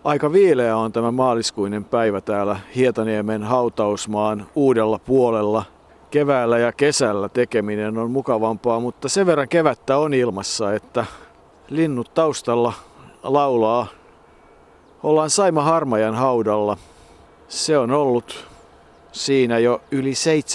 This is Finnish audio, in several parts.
Aika viileä on tämä maaliskuinen päivä täällä Hietaniemen hautausmaan uudella puolella. Keväällä ja kesällä tekeminen on mukavampaa, mutta sen verran kevättä on ilmassa, että linnut taustalla laulaa. Ollaan Saima Harmajan haudalla. Se on ollut siinä jo yli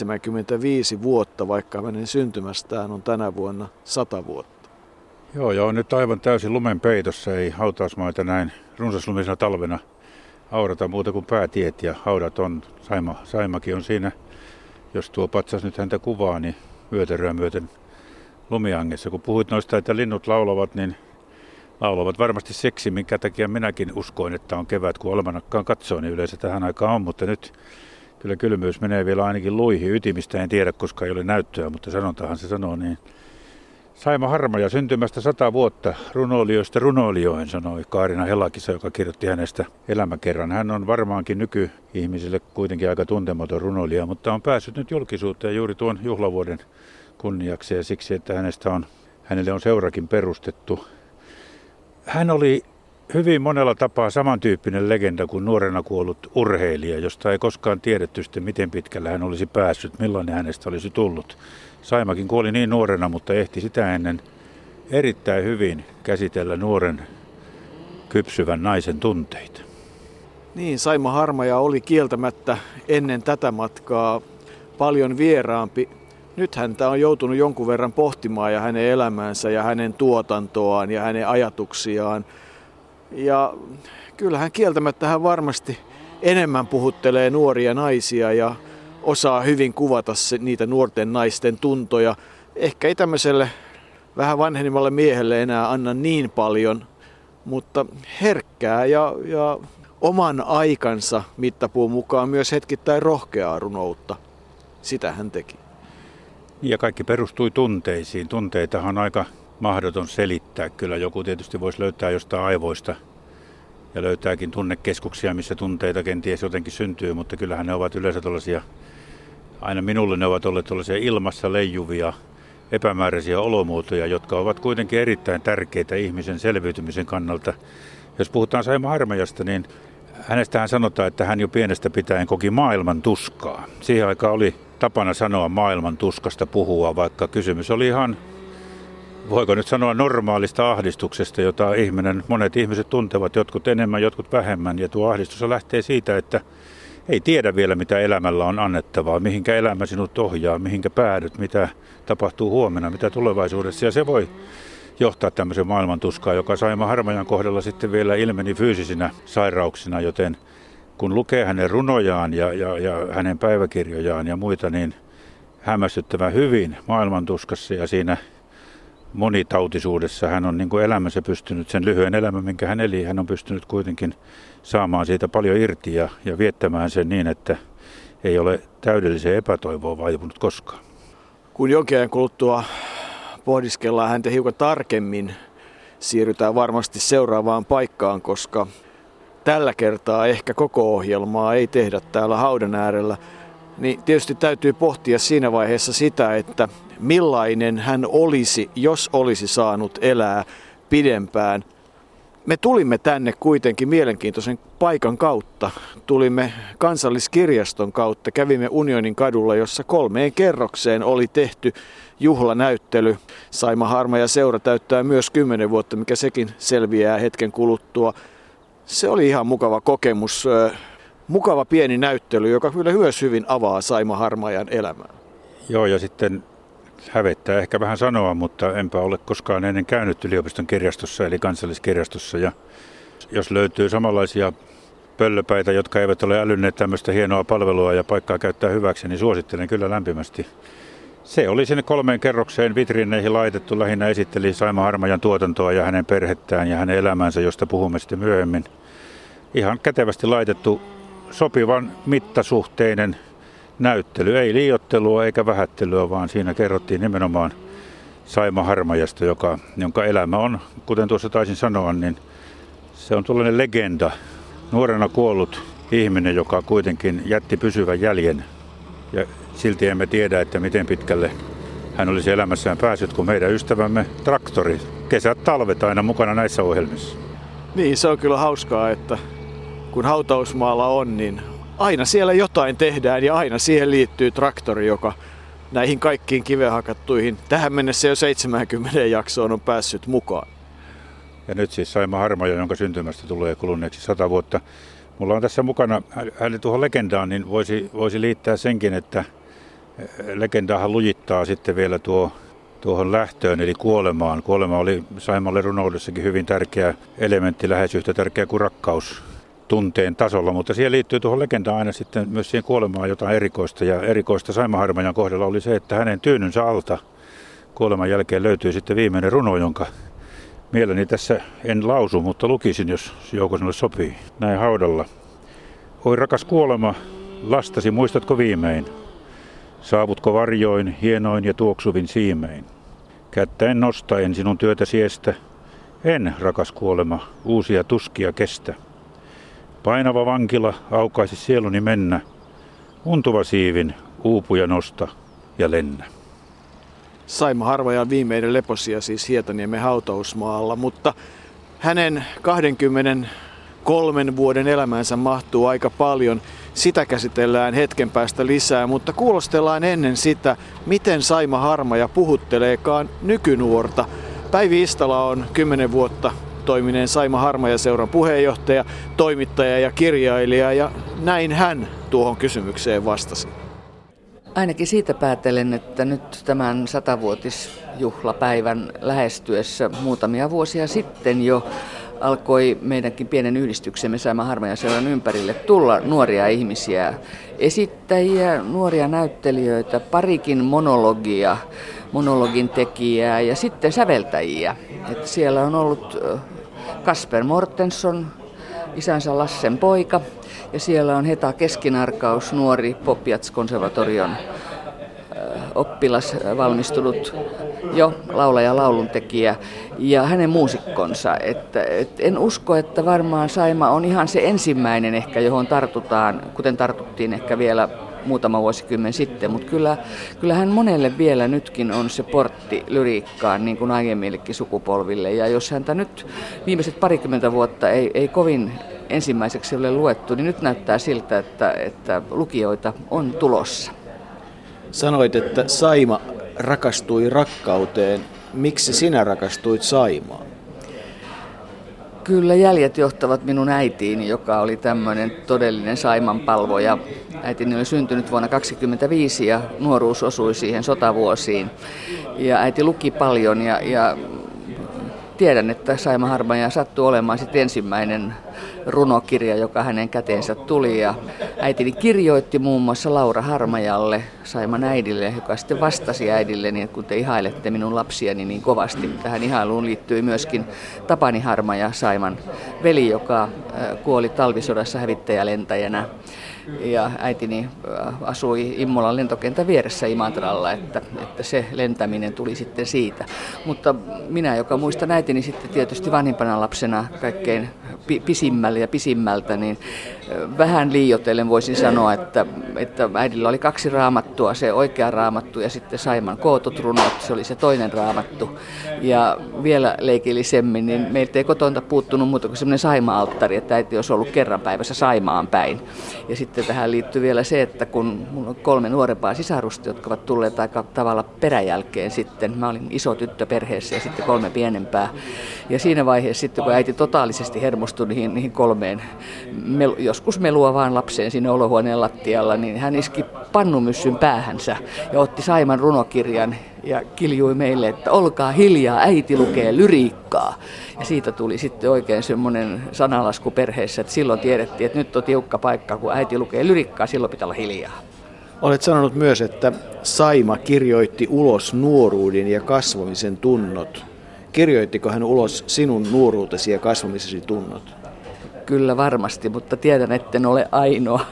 75 vuotta, vaikka hänen syntymästään on tänä vuonna 100 vuotta. Joo, nyt aivan täysin lumen peitossa. Ei hautausmaita näin runsaslumisena talvena aurata muuta kuin päätiet ja haudat on. Saimakin on siinä, jos tuo patsas nyt häntä kuvaa, niin vyötäröä myöten lumiangessa. Kun puhuit noista, että linnut laulavat, niin laulavat varmasti seksi, minkä takia minäkin uskoin, että on kevät, kun almanakkaan katsoo, niin yleensä tähän aikaan on, mutta nyt kyllä kylmyys menee vielä ainakin luihin. Ytimistä en tiedä, koska ei ole näyttöä, mutta sanontahan se sanoo niin. Saima Harmaja syntymästä 100 vuotta runoilijoista runoilijoihin, sanoi Kaarina Helakisa, joka kirjoitti hänestä elämäkerran. Hän on varmaankin nykyihmisille kuitenkin aika tuntematon runoilija, mutta on päässyt nyt julkisuuteen juuri tuon juhlavuoden kunniaksi ja siksi, että hänelle on seurakin perustettu. Hän oli hyvin monella tapaa samantyyppinen legenda kuin nuorena kuollut urheilija, josta ei koskaan tiedetty sitten, miten pitkällä hän olisi päässyt, millainen hänestä olisi tullut. Saimakin kuoli niin nuorena, mutta ehti sitä ennen erittäin hyvin käsitellä nuoren kypsyvän naisen tunteita. Niin, Saima Harmaja oli kieltämättä ennen tätä matkaa paljon vieraampi. Nyt häntä on joutunut jonkun verran pohtimaan ja hänen elämäänsä ja hänen tuotantoaan ja hänen ajatuksiaan. Ja kyllähän kieltämättä hän varmasti enemmän puhuttelee nuoria naisia ja osaa hyvin kuvata niitä nuorten naisten tuntoja. Ehkä ei tämmöiselle vähän vanhenimmalle miehelle enää anna niin paljon, mutta herkkää ja oman aikansa mittapuun mukaan myös hetkittäin rohkeaa runoutta. Sitä hän teki. Ja kaikki perustui tunteisiin. Tunteitahan on aika mahdoton selittää. Kyllä joku tietysti voisi löytää jostain aivoista ja löytääkin tunnekeskuksia, missä tunteita kenties jotenkin syntyy, mutta kyllähän ne ovat yleensä tällaisia, aina minulle ne ovat olleet tällaisia ilmassa leijuvia, epämääräisiä olomuotoja, jotka ovat kuitenkin erittäin tärkeitä ihmisen selviytymisen kannalta. Jos puhutaan Saima Harmajasta, niin hänestähän sanotaan, että hän jo pienestä pitäen koki maailman tuskaa. Siihen aikaan oli tapana sanoa maailman tuskasta puhua, vaikka kysymys oli ihan, voiko nyt sanoa, normaalista ahdistuksesta, jota monet ihmiset tuntevat, jotkut enemmän, jotkut vähemmän. Ja tuo ahdistus lähtee siitä, että ei tiedä vielä, mitä elämällä on annettavaa, mihinkä elämä sinut ohjaa, mihinkä päädyt, mitä tapahtuu huomenna, mitä tulevaisuudessa. Ja se voi johtaa tämmöisen maailman tuskaan, joka Saima Harmajan kohdalla sitten vielä ilmeni fyysisinä sairauksina, joten kun lukee hänen runojaan ja hänen päiväkirjojaan ja muita, niin hämmästyttävän hyvin maailmantuskassa ja siinä monitautisuudessa hän on niin kuin elämänsä pystynyt, sen lyhyen elämän, minkä hän eli, hän on pystynyt kuitenkin saamaan siitä paljon irti ja viettämään sen niin, että ei ole täydelliseen epätoivoon vaipunut koskaan. Kun jonkin ajan kuluttua pohdiskellaan häntä hiukan tarkemmin, siirrytään varmasti seuraavaan paikkaan, koska tällä kertaa ehkä koko ohjelmaa ei tehdä täällä haudan äärellä, niin tietysti täytyy pohtia siinä vaiheessa sitä, että millainen hän olisi, jos olisi saanut elää pidempään. Me tulimme tänne kuitenkin mielenkiintoisen paikan kautta. Tulimme Kansalliskirjaston kautta, kävimme Unionin kadulla, jossa 3 kerrokseen oli tehty juhlanäyttely. Saima Harmaja seura täyttää myös 10 vuotta, mikä sekin selviää hetken kuluttua. Se oli ihan mukava kokemus, mukava pieni näyttely, joka kyllä myös hyvin avaa Saima Harmajan elämää. Joo, ja sitten hävettää ehkä vähän sanoa, mutta enpä ole koskaan ennen käynyt yliopiston kirjastossa eli Kansalliskirjastossa. Ja jos löytyy samanlaisia pöllöpäitä, jotka eivät ole älynneet tämmöistä hienoa palvelua ja paikkaa käyttää hyväksi, niin suosittelen kyllä lämpimästi. Se oli sinne 3 kerrokseen vitriineihin laitettu, lähinnä esitteli Saima Harmajan tuotantoa ja hänen perhettään ja hänen elämänsä, josta puhumme sitten myöhemmin. Ihan kätevästi laitettu, sopivan mittasuhteinen näyttely, ei liioittelua eikä vähättelyä, vaan siinä kerrottiin nimenomaan Saima Harmajasta, jonka elämä on, kuten tuossa taisin sanoa, niin se on tuollainen legenda, nuorena kuollut ihminen, joka kuitenkin jätti pysyvän jäljen. Ja silti emme tiedä, että miten pitkälle hän olisi elämässään päässyt, kun meidän ystävämme traktori, kesät, talvet aina mukana näissä ohjelmissa. Niin, se on kyllä hauskaa, että kun hautausmaalla on, niin aina siellä jotain tehdään ja aina siihen liittyy traktori, joka näihin kaikkiin kiveen hakattuihin tähän mennessä jo 70 jaksoon on päässyt mukaan. Ja nyt siis Saima Harmaja, jonka syntymästä tulee kuluneeksi 100 vuotta. Mulla on tässä mukana hänen tuohon legendaan, niin voisi liittää senkin, että legendaahan lujittaa sitten vielä tuohon lähtöön, eli kuolemaan. Kuolema oli Saimalle runoudessakin hyvin tärkeä elementti, lähes yhtä tärkeä kuin rakkaus tunteen tasolla, mutta siihen liittyy tuohon legendaan aina sitten myös siihen kuolemaan jotain erikoista. Ja erikoista Saima Harmajan kohdalla oli se, että hänen tyynynsä alta kuoleman jälkeen löytyy sitten viimeinen runo, jonka mielelläni tässä en lausu, mutta lukisin, jos Jouko sinulle sopii. Näin haudalla. Oi rakas kuolema, lastasi muistatko viimein? Saavutko varjoin, hienoin ja tuoksuvin siimein? Kättä en nostaen sinun työtäsi estä. En, rakas kuolema, uusia tuskia kestä. Painava vankila aukaisi sieluni mennä. Untuva siivin, uupuja nosta ja lennä. Saima Harmajan viimeinen leposija siis Hietaniemen hautausmaalla, mutta hänen 23 vuoden elämänsä mahtuu aika paljon. Sitä käsitellään hetken päästä lisää, mutta kuulostellaan ennen sitä, miten Saima Harmaja puhutteleekaan nykynuorta. Päivi Istala on 10 vuotta toimineen Saima Harmaja-seuran puheenjohtaja, toimittaja ja kirjailija, ja näin hän tuohon kysymykseen vastasi. Ainakin siitä päätellen, että nyt tämän 100-vuotisjuhlapäivän lähestyessä muutamia vuosia sitten jo alkoi meidänkin pienen yhdistyksemme Saima Harmaja-seuran ympärille tulla nuoria ihmisiä, esittäjiä, nuoria näyttelijöitä, parikin monologin tekijää ja sitten säveltäjiä. Että siellä on ollut Kasper Mortensson, isänsä Lassen poika, ja siellä on Heta Keskinarkaus, nuori Pop-Jazz-konservatorion oppilas, valmistunut jo laulaja, lauluntekijä ja hänen muusikkonsa. En usko, että varmaan Saima on ihan se ensimmäinen ehkä, johon tartutaan, kuten tartuttiin ehkä vielä muutama vuosikymmen sitten, mutta kyllä hän monelle vielä nytkin on se portti lyriikkaan, niin kuin aiemmillekin sukupolville. Ja jos häntä nyt viimeiset parikymmentä vuotta ei kovin ensimmäiseksi ole luettu, niin nyt näyttää siltä, että lukijoita on tulossa. Sanoit, että Saima rakastui rakkauteen. Miksi sinä rakastuit Saimaan? Kyllä jäljet johtavat minun äitiini, joka oli tämmöinen todellinen saimanpalvoja. Äitini oli syntynyt vuonna 1925 ja nuoruus osui siihen sotavuosiin. Ja äiti luki paljon ja tiedän, että Saima Harmaja sattui olemaan sitten ensimmäinen runokirja, joka hänen käteensä tuli. Ja äitini kirjoitti muun muassa Laura Harmajalle, Saiman äidille, joka sitten vastasi äidilleni, että kun te ihailette minun lapsiani niin kovasti. Tähän ihailuun liittyi myöskin Tapani Harmaja, Saiman veli, joka kuoli talvisodassa hävittäjälentäjänä. Ja äitini asui Immolan lentokentän vieressä Imatralla, että se lentäminen tuli sitten siitä. Mutta minä, joka muistan äitini sitten tietysti vanhimpana lapsena kaikkein pisimmältä, niin vähän liioitellen voisin sanoa, että äidillä oli 2 raamattua, se oikea raamattu ja sitten Saiman kootut runot, se oli se toinen raamattu. Ja vielä leikillisemmin, niin meiltä ei kotointa puuttunut muuta kuin semmoinen Saima-alttari, että äiti olisi ollut kerran päivässä Saimaan päin. Ja sitten tähän liittyy vielä se, että kun minulla on 3 nuorempaa sisarusta, jotka ovat tulleet aika tavalla peräjälkeen sitten. Mä olin iso tyttö perheessä ja sitten 3 pienempää. Ja siinä vaiheessa sitten, kun äiti totaalisesti hermostui niihin 3, joskus melua vaan lapseen sinne olohuoneen lattialla, niin hän iski pannumyssyn päähänsä ja otti Saiman runokirjan ja kiljui meille, että olkaa hiljaa, äiti lukee lyriikkaa. Ja siitä tuli sitten oikein semmoinen sanalasku perheessä, että silloin tiedettiin, että nyt on tiukka paikka, kun äiti lukee lyriikkaa, silloin pitää olla hiljaa. Olet sanonut myös, että Saima kirjoitti ulos nuoruuden ja kasvamisen tunnot. Kirjoittiko hän ulos sinun nuoruutesi ja kasvamisesi tunnot? Kyllä varmasti, mutta tiedän, etten ole ainoa.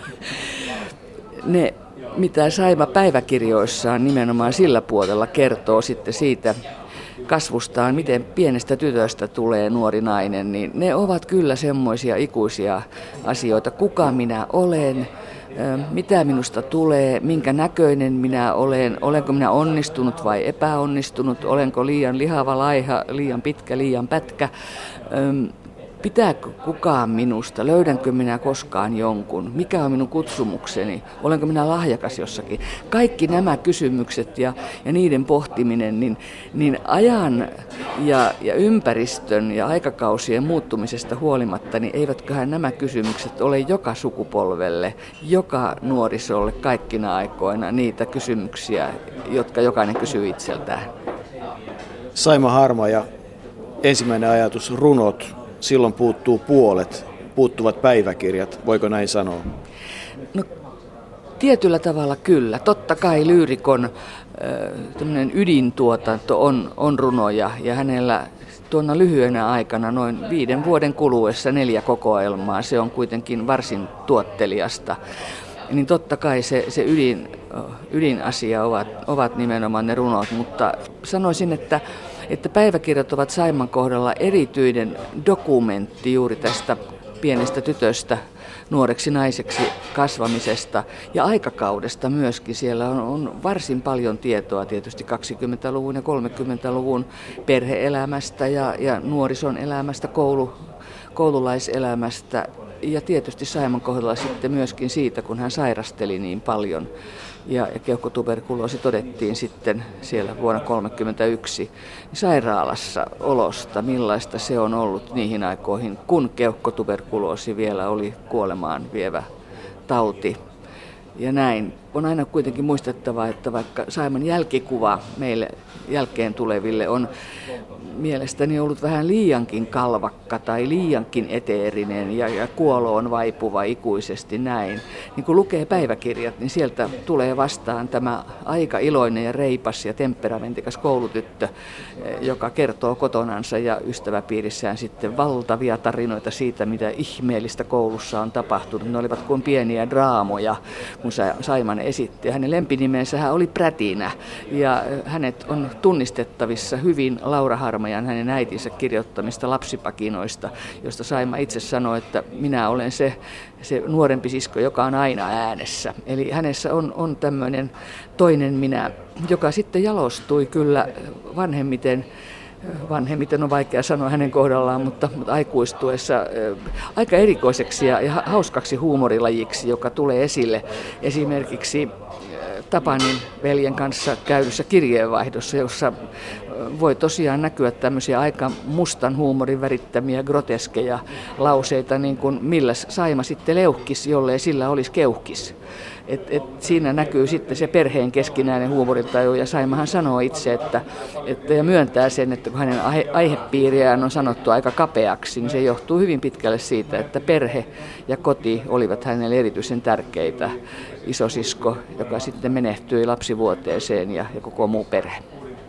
Ne, mitä Saima päiväkirjoissaan nimenomaan sillä puolella kertoo sitten siitä kasvustaan, miten pienestä tytöstä tulee nuori nainen, niin ne ovat kyllä semmoisia ikuisia asioita. Kuka minä olen, mitä minusta tulee, minkä näköinen minä olen, olenko minä onnistunut vai epäonnistunut, olenko liian lihava, laiha, liian pitkä, liian pätkä. Pitääkö kukaan minusta? Löydänkö minä koskaan jonkun? Mikä on minun kutsumukseni? Olenko minä lahjakas jossakin? Kaikki nämä kysymykset ja niiden pohtiminen, niin ajan ja ympäristön ja aikakausien muuttumisesta huolimatta, niin eivätköhän nämä kysymykset ole joka sukupolvelle, joka nuorisolle kaikkina aikoina niitä kysymyksiä, jotka jokainen kysyy itseltään. Saima Harmaja, ensimmäinen ajatus, runot. Silloin puuttuu puolet, puuttuvat päiväkirjat, voiko näin sanoa? No, tietyllä tavalla kyllä. Totta kai lyyrikon ydintuotanto on runoja ja hänellä tuona lyhyenä aikana noin 5 vuoden kuluessa 4 kokoelmaa. Se on kuitenkin varsin tuotteliasta. Niin totta kai se ydinasia ovat nimenomaan ne runot, mutta sanoisin, että päiväkirjat ovat Saiman kohdalla erityinen dokumentti juuri tästä pienestä tytöstä nuoreksi naiseksi kasvamisesta ja aikakaudesta myöskin. Siellä on varsin paljon tietoa tietysti 20-luvun ja 30-luvun perhe-elämästä ja nuorison elämästä, koululaiselämästä ja tietysti Saiman kohdalla sitten myöskin siitä, kun hän sairasteli niin paljon. Ja keuhkotuberkuloosi todettiin sitten siellä vuonna 1931 sairaalassa olosta, millaista se on ollut niihin aikoihin, kun keuhkotuberkuloosi vielä oli kuolemaan vievä tauti. Ja näin. On aina kuitenkin muistettava, että vaikka Saiman jälkikuva meille jälkeen tuleville on mielestäni ollut vähän liiankin kalvakka tai liiankin eteerinen ja kuoloon vaipuva ikuisesti näin. Niin kun lukee päiväkirjat, niin sieltä tulee vastaan tämä aika iloinen ja reipas ja temperamentikas koulutyttö, joka kertoo kotonansa ja ystäväpiirissään sitten valtavia tarinoita siitä, mitä ihmeellistä koulussa on tapahtunut. Ne olivat kuin pieniä draamoja, kun Saiman esitti. Hänen lempinimensä oli Prätinä ja hänet on tunnistettavissa hyvin Laura Harmajan, hänen äitinsä kirjoittamista lapsipakinoista, josta Saima itse sanoi, että minä olen se nuorempi sisko, joka on aina äänessä. Eli hänessä on tämmöinen toinen minä, joka sitten jalostui kyllä vanhemmiten on vaikea sanoa hänen kohdallaan, mutta aikuistuessa aika erikoiseksi ja hauskaksi huumorilajiksi, joka tulee esille esimerkiksi Tapanin veljen kanssa käydyssä kirjeenvaihdossa, jossa voi tosiaan näkyä tämmöisiä aika mustan huumorin värittämiä groteskeja lauseita, niin kuin millä Saima sitten leuhkisi, jollei sillä olisi keuhkis. Siinä näkyy sitten se perheen keskinäinen huumorintaju, ja Saimahan sanoo itse, ja myöntää sen, että kun hänen aihepiiriään on sanottu aika kapeaksi, niin se johtuu hyvin pitkälle siitä, että perhe ja koti olivat hänelle erityisen tärkeitä. Isosisko, joka sitten menehtyi lapsivuoteeseen ja koko muu perhe.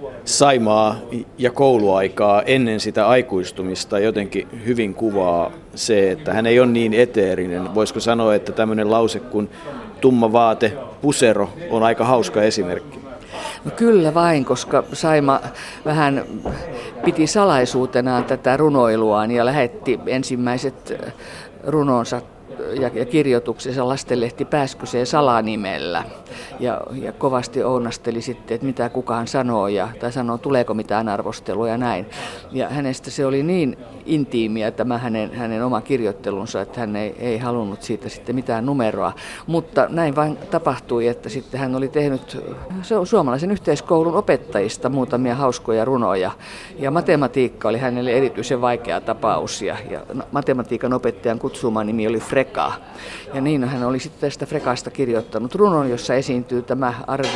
Saimaa ja kouluaikaa ennen sitä aikuistumista jotenkin hyvin kuvaa se, että hän ei ole niin eteerinen. Voisiko sanoa, että tämmöinen lause kuin tumma vaate, pusero on aika hauska esimerkki? No kyllä vain, koska Saima vähän piti salaisuutenaan tätä runoiluaan ja lähetti ensimmäiset runonsa ja kirjoituksensa lastenlehti Pääsköseen salanimellä ja kovasti ounasteli sitten, että mitä kukaan sanoo tai sanoo, tuleeko mitään arvostelua ja näin. Ja hänestä se oli niin intiimiä tämä hänen oma kirjoittelunsa, että hän ei halunnut siitä sitten mitään numeroa. Mutta näin vain tapahtui, että sitten hän oli tehnyt suomalaisen yhteiskoulun opettajista muutamia hauskoja runoja. Ja matematiikka oli hänelle erityisen vaikea tapaus ja matematiikan opettajan kutsuma nimi oli Freka. Ja niin hän oli sitten tästä Frekasta kirjoittanut runon, jossa esiintyy tämä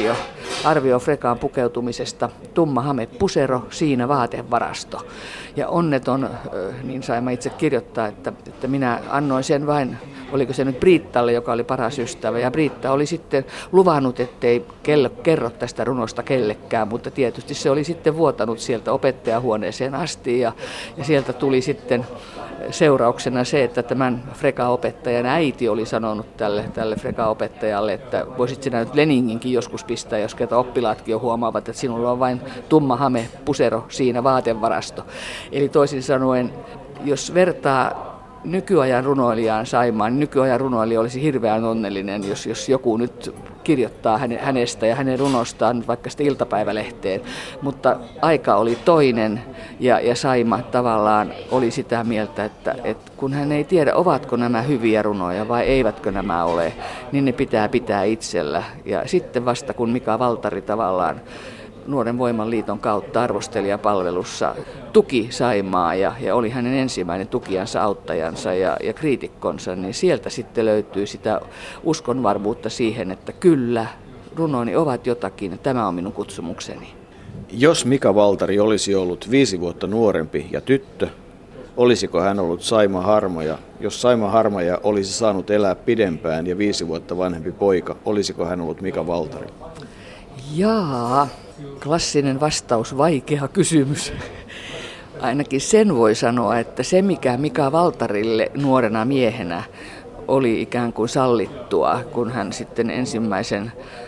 arvio Frekaan pukeutumisesta. Tumma hame pusero, siinä vaatevarasto. Ja onneton, niin Saima itse kirjoittaa, että minä annoin sen vain, oliko se nyt Briittalle, joka oli paras ystävä. Ja Briitta oli sitten luvannut, ettei kerro tästä runosta kellekään, mutta tietysti se oli sitten vuotanut sieltä opettajahuoneeseen asti. Ja sieltä tuli sitten seurauksena se, että tämän Freka-opettajan äiti oli sanonut tälle Freka-opettajalle, että voisit sinä nyt Leninginkin joskus pistää, jos ketä oppilaatkin jo huomaavat, että sinulla on vain tumma hame, pusero, siinä vaatevarasto. Eli toisin sanoen, jos vertaa nykyajan runoilijaan Saimaan, niin nykyajan runoilija olisi hirveän onnellinen, jos joku nyt kirjoittaa hänestä ja hänen runostaan vaikka sitten iltapäivälehteen. Mutta aika oli toinen ja Saima tavallaan oli sitä mieltä, että kun hän ei tiedä, ovatko nämä hyviä runoja vai eivätkö nämä ole, niin ne pitää itsellä. Ja sitten vasta kun Mika Valtari tavallaan Nuoren Voimanliiton kautta arvostelijapalvelussa tuki Saimaa ja oli hänen ensimmäinen tukijansa, auttajansa ja kriitikkonsa, niin sieltä sitten löytyy sitä uskonvarmuutta siihen, että kyllä, runoni ovat jotakin ja tämä on minun kutsumukseni. Jos Mika Valtari olisi ollut 5 vuotta nuorempi ja tyttö, olisiko hän ollut Saima Harmaja? Jos Saima Harmaja olisi saanut elää pidempään ja 5 vuotta vanhempi poika, olisiko hän ollut Mika Valtari? Jaa, klassinen vastaus, vaikea kysymys. Ainakin sen voi sanoa, että se mikä Mika Valtarille nuorena miehenä oli ikään kuin sallittua, kun hän sitten ensimmäisen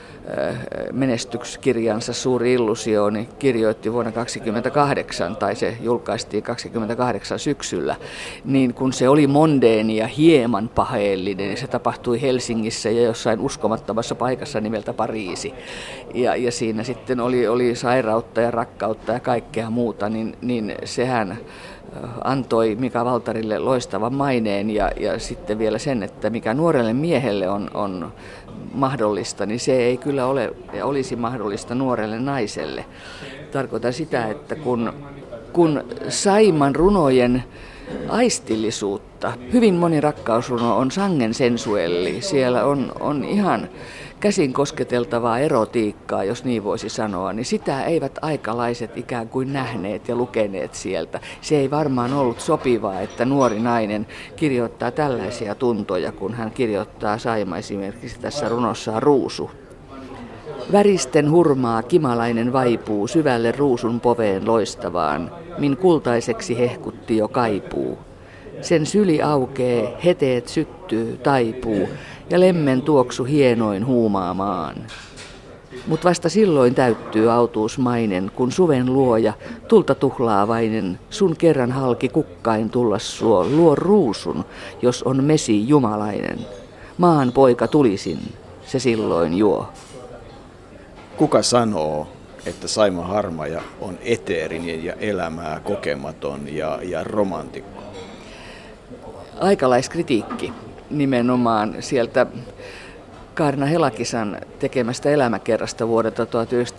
menestykskirjansa Suuri illusioni kirjoitti vuonna 1928, tai se julkaistiin 1928 syksyllä, niin kun se oli mondeeni ja hieman paheellinen, niin se tapahtui Helsingissä ja jossain uskomattomassa paikassa nimeltä Pariisi. Ja siinä sitten oli sairautta ja rakkautta ja kaikkea muuta, niin sehän antoi Mika Valtarille loistavan maineen ja sitten vielä sen, että mikä nuorelle miehelle on mahdollista, niin se ei kyllä ole ja olisi mahdollista nuorelle naiselle. Tarkoitan sitä, että kun Saiman runojen aistillisuutta, hyvin moni rakkausruno on sangen sensuelli, siellä on ihan käsin kosketeltavaa erotiikkaa, jos niin voisi sanoa, niin sitä eivät aikalaiset ikään kuin nähneet ja lukeneet sieltä. Se ei varmaan ollut sopivaa, että nuori nainen kirjoittaa tällaisia tuntoja, kun hän kirjoittaa Saima esimerkiksi tässä runossaan Ruusu. Väristen hurmaa kimalainen vaipuu syvälle ruusun poveen loistavaan, min kultaiseksi hehkutti jo kaipuu. Sen syli aukee, heteet syttyy, taipuu, ja lemmen tuoksu hienoin huumaamaan. Mut vasta silloin täyttyy autuusmainen, kun suven luoja, tulta tuhlaavainen, sun kerran halki kukkain tulla luo ruusun, jos on mesi jumalainen. Maan poika tulisin, se silloin juo. Kuka sanoo, että Saima Harmaja on eteerinen ja elämää kokematon ja romantikko? Aikalaiskritiikki nimenomaan sieltä Kaarina Helakisan tekemästä elämäkerrasta vuodelta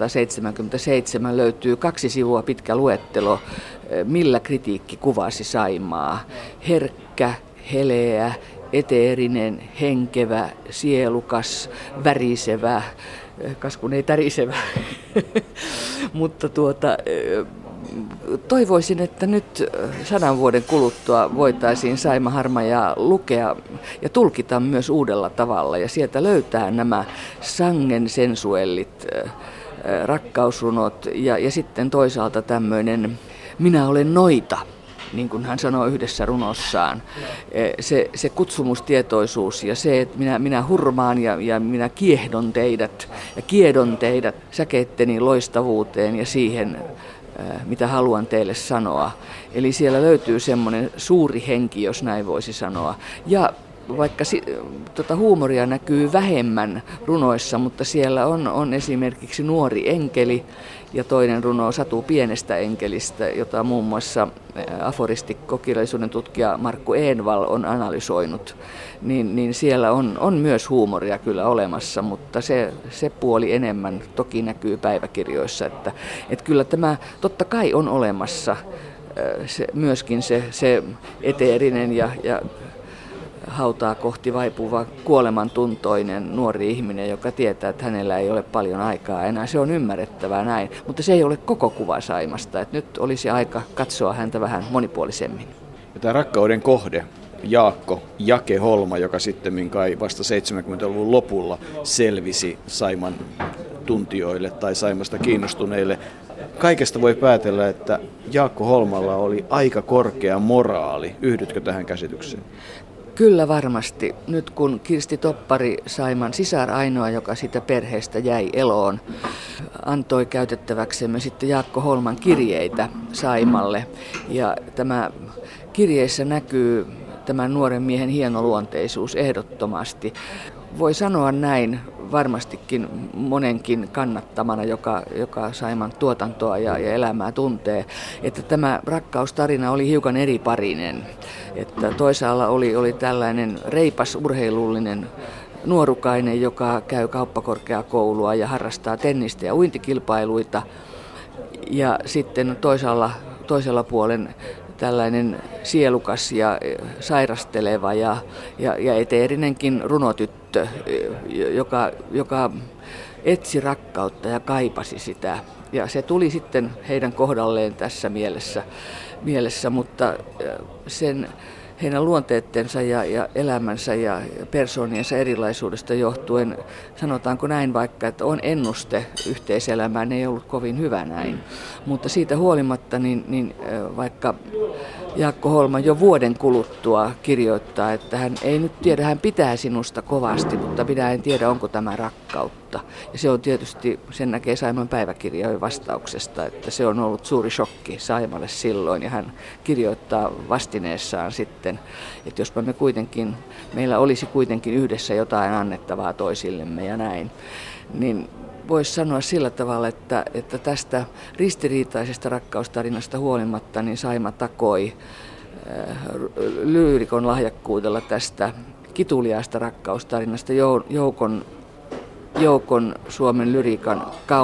1977 löytyy 2 sivua pitkä luettelo, millä kritiikki kuvasi Saimaa. Herkkä, heleä, eteerinen, henkevä, sielukas, värisevä, kas kun ei tärisevä, mutta toivoisin, että nyt 100 vuoden kuluttua voitaisiin Saima Harmajaa lukea ja tulkita myös uudella tavalla ja sieltä löytää nämä sangen sensuellit rakkausrunot ja sitten toisaalta tämmöinen minä olen noita, niin kuin hän sanoo yhdessä runossaan. Se kutsumustietoisuus ja se, että minä hurmaan ja minä kiehdon teidät säkeitteni loistavuuteen ja siihen, mitä haluan teille sanoa. Eli siellä löytyy semmoinen suuri henki, jos näin voisi sanoa. Ja vaikka huumoria näkyy vähemmän runoissa, mutta siellä on esimerkiksi Nuori enkeli ja toinen runo Satu pienestä enkelistä, jota muun muassa aforistikko-kirjallisuuden tutkija Markku Envall on analysoinut, niin siellä on myös huumoria kyllä olemassa, mutta se puoli enemmän toki näkyy päiväkirjoissa, että kyllä tämä totta kai on olemassa myöskin se eteerinen ja hautaa kohti vaipuva kuolemantuntoinen nuori ihminen, joka tietää, että hänellä ei ole paljon aikaa enää. Se on ymmärrettävää näin, mutta se ei ole koko kuva Saimasta. Että nyt olisi aika katsoa häntä vähän monipuolisemmin. Ja tämä rakkauden kohde, Jaakko Jake Holma, joka sitten kai vasta 70-luvun lopulla selvisi Saiman tuntijoille tai Saimasta kiinnostuneille. Kaikesta voi päätellä, että Jaakko Holmalla oli aika korkea moraali. Yhdytkö tähän käsitykseen? Kyllä varmasti. Nyt kun Kirsti Toppari, Saiman sisar ainoa, joka sitä perheestä jäi eloon, antoi käytettäväksemme sitten Jaakko Holman kirjeitä Saimalle. Ja tämä kirjeissä näkyy tämän nuoren miehen hienoluonteisuus ehdottomasti. voi sanoa näin varmastikin monenkin kannattamana, joka Saiman tuotantoa ja elämää tuntee, että tämä rakkaustarina oli hiukan eriparinen. Että toisaalla oli tällainen reipas urheilullinen nuorukainen, joka käy kauppakorkeakoulua ja harrastaa tennistä ja uintikilpailuita. Ja sitten toisella puolen tällainen sielukas ja sairasteleva ja eteerinenkin runotyttö, joka etsi rakkautta ja kaipasi sitä. Ja se tuli sitten heidän kohdalleen tässä mielessä, mutta heidän luonteettensa ja elämänsä ja persooniensa erilaisuudesta johtuen, sanotaanko näin vaikka, että on ennuste yhteiselämään, ei ollut kovin hyvä näin. Mutta siitä huolimatta, niin vaikka Jaakko Holma jo vuoden kuluttua kirjoittaa, että hän ei nyt tiedä, hän pitää sinusta kovasti, mutta minä en tiedä, onko tämä rakkautta. Ja se on tietysti, sen näkee Saiman päiväkirjojen vastauksesta, että se on ollut suuri shokki Saimalle silloin. Ja hän kirjoittaa vastineessaan sitten, että jospa meillä olisi kuitenkin yhdessä jotain annettavaa toisillemme ja näin. Niin voisi sanoa sillä tavalla, että tästä ristiriitaisesta rakkaustarinasta huolimatta niin Saima takoi lyyrikon lahjakkuudella tästä kituliaasta rakkaustarinasta joukon Suomen lyriikan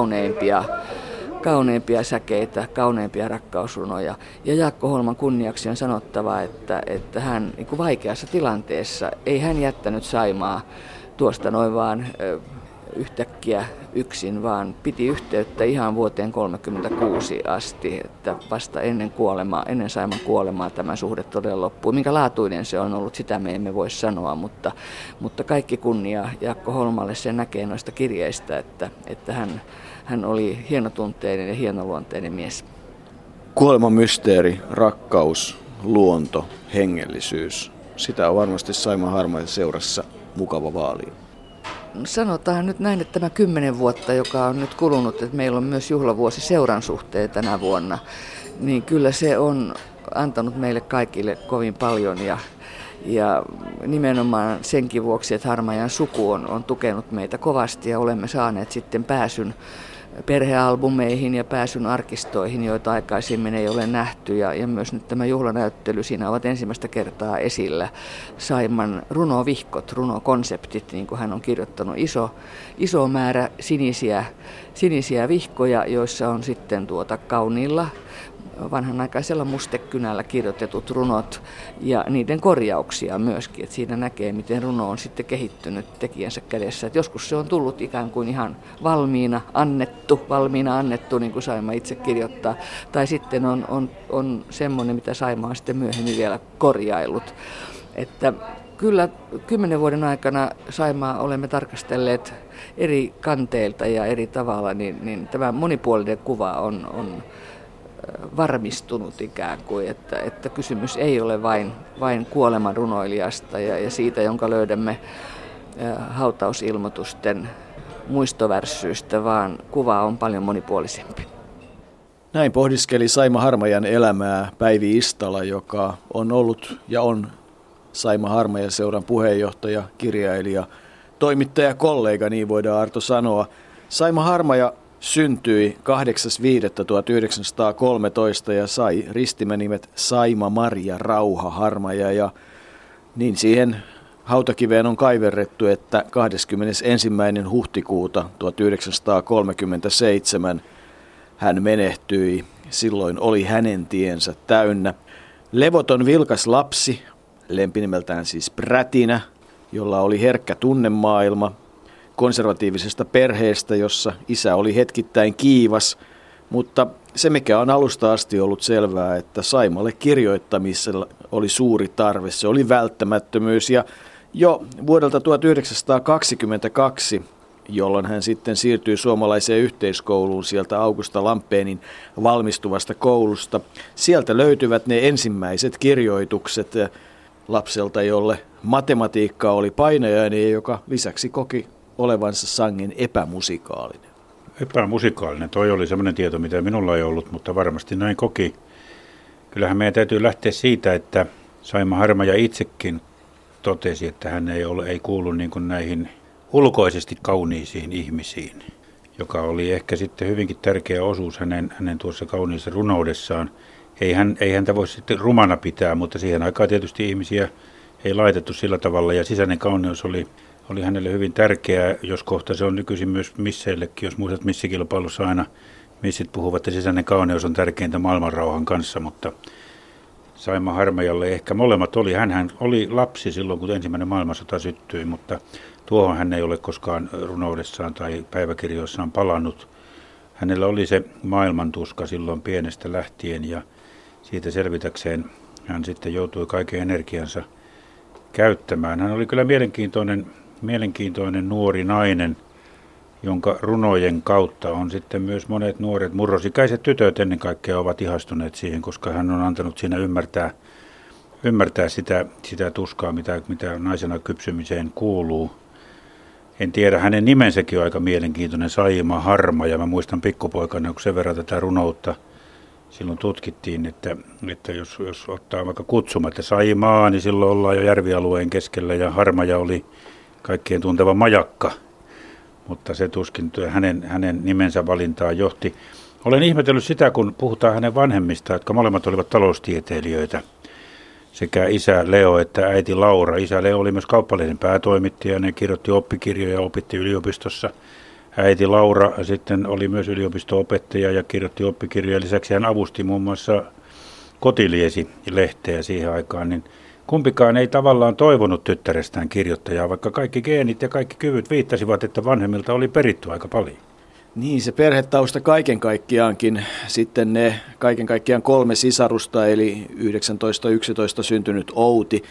kauneimpia säkeitä, kauneimpia rakkausrunoja. Ja Jaakko Holman kunniaksi on sanottava, että hän niin kuin vaikeassa tilanteessa, ei hän jättänyt Saimaa tuosta noin vaan yhtäkkiä yksin, vaan piti yhteyttä ihan vuoteen 1936 asti, että vasta ennen Saiman kuolemaa tämä suhde todella loppui. Minkä laatuinen se on ollut, sitä me emme voi sanoa, mutta kaikki kunnia Jaakko Holmalle sen näkee noista kirjeistä, että hän oli hienotunteinen ja hienoluonteinen mies. Kuoleman mysteeri, rakkaus, luonto, hengellisyys. Sitä on varmasti Saiman Harmajan seurassa mukava vaalia. Sanotaan nyt näin, että tämä 10 vuotta, joka on nyt kulunut, että meillä on myös juhlavuosi seuran suhteen tänä vuonna, niin kyllä se on antanut meille kaikille kovin paljon ja nimenomaan senkin vuoksi, että Harmajan suku on tukenut meitä kovasti ja olemme saaneet sitten pääsyn perhealbumeihin ja pääsyn arkistoihin, joita aikaisemmin ei ole nähty. Ja myös nyt tämä juhlanäyttely, siinä ovat ensimmäistä kertaa esillä Saiman runovihkot, runokonseptit, niin kuin hän on kirjoittanut iso määrä sinisiä vihkoja, joissa on sitten kauniilla vanhanaikaisella mustekynällä kirjoitetut runot ja niiden korjauksia myöskin. Että siinä näkee, miten runo on sitten kehittynyt tekijänsä kädessä. Et joskus se on tullut ikään kuin ihan valmiina annettu, niin kuin Saima itse kirjoittaa. Tai sitten on semmoinen, mitä Saima on sitten myöhemmin vielä korjaillut. Että kyllä 10 vuoden aikana Saimaa olemme tarkastelleet eri kanteilta ja eri tavalla, niin tämä monipuolinen kuva on varmistunut ikään kuin, että kysymys ei ole vain kuoleman runoilijasta ja siitä, jonka löydämme hautausilmoitusten muistovärsyistä, vaan kuva on paljon monipuolisempi. Näin pohdiskeli Saima Harmajan elämää Päivi Istala, joka on ollut ja on Saima Harmajan seuran puheenjohtaja, kirjailija, toimittaja, kollega, niin voidaan Arto sanoa. Saima Harmaja syntyi 8.5.1913 ja sai ristimenimet Saima Maria Rauha Harmaja ja niin siihen hautakiveen on kaiverrettu, että 21. huhtikuuta 1937 hän menehtyi. Silloin oli hänen tiensä täynnä. Levoton vilkas lapsi, lempinimeltään siis Prätinä, jolla oli herkkä tunnemaailma, konservatiivisesta perheestä, jossa isä oli hetkittäin kiivas, mutta se mikä on alusta asti ollut selvää, että Saimalle kirjoittamisella oli suuri tarve, se oli välttämättömyys ja jo vuodelta 1922, jolloin hän sitten siirtyi suomalaiseen yhteiskouluun sieltä Augusta Lampeenin valmistuvasta koulusta, sieltä löytyvät ne ensimmäiset kirjoitukset lapselta, jolle matematiikka oli painajainen ja joka lisäksi koki olevansa sangen epämusikaalinen. Epämusikaalinen, toi oli semmoinen tieto, mitä minulla ei ollut, mutta varmasti näin koki. Kyllähän meidän täytyy lähteä siitä, että Saima Harmaja itsekin totesi, että hän ei kuulu niin kuin näihin ulkoisesti kauniisiin ihmisiin, joka oli ehkä sitten hyvinkin tärkeä osuus hänen tuossa kauniissa runoudessaan. Ei häntä voi sitten rumana pitää, mutta siihen aikaan tietysti ihmisiä ei laitettu sillä tavalla ja sisäinen kauneus oli hänelle hyvin tärkeää, jos kohta se on nykyisin myös misseillekin, jos muistat missikilpailussa aina missit puhuvat, että sisäinen kauneus on tärkeintä maailmanrauhan kanssa, mutta Saima Harmajalle ehkä molemmat oli. Hänhän oli lapsi silloin, kun ensimmäinen maailmansota syttyi, mutta tuohon hän ei ole koskaan runoudessaan tai päiväkirjoissaan palannut. Hänellä oli se maailmantuska silloin pienestä lähtien ja siitä selvitäkseen hän sitten joutui kaiken energiansa käyttämään. Hän oli kyllä mielenkiintoinen nuori nainen, jonka runojen kautta on sitten myös monet nuoret murrosikäiset tytöt ennen kaikkea ovat ihastuneet siihen, koska hän on antanut siinä ymmärtää sitä tuskaa, mitä naisena kypsymiseen kuuluu. En tiedä, hänen nimensäkin on aika mielenkiintoinen, Saima Harma, ja mä muistan pikkupoikana, kun sen verran tätä runoutta silloin tutkittiin, että jos ottaa vaikka kutsumat ja Saimaa, niin silloin ollaan jo järvialueen keskellä, ja Harmaja oli kaikkien tunteva majakka, mutta se tuskin hänen nimensä valintaan johti. Olen ihmetellyt sitä, kun puhutaan hänen vanhemmistaan, jotka molemmat olivat taloustieteilijöitä, sekä isä Leo että äiti Laura. Isä Leo oli myös kauppalehden päätoimittaja, ne kirjoitti oppikirjoja ja opitti yliopistossa. Äiti Laura sitten oli myös yliopisto-opettaja ja kirjoitti oppikirjoja. Lisäksi hän avusti muun muassa Kotiliesi-lehteä siihen aikaan, niin kumpikaan ei tavallaan toivonut tyttärestään kirjoittajaa, vaikka kaikki geenit ja kaikki kyvyt viittasivat, että vanhemmilta oli peritty aika paljon. Niin, se perhetausta kaiken kaikkiaankin, sitten ne kaiken kaikkiaan 3 sisarusta, eli 1911 syntynyt Outi,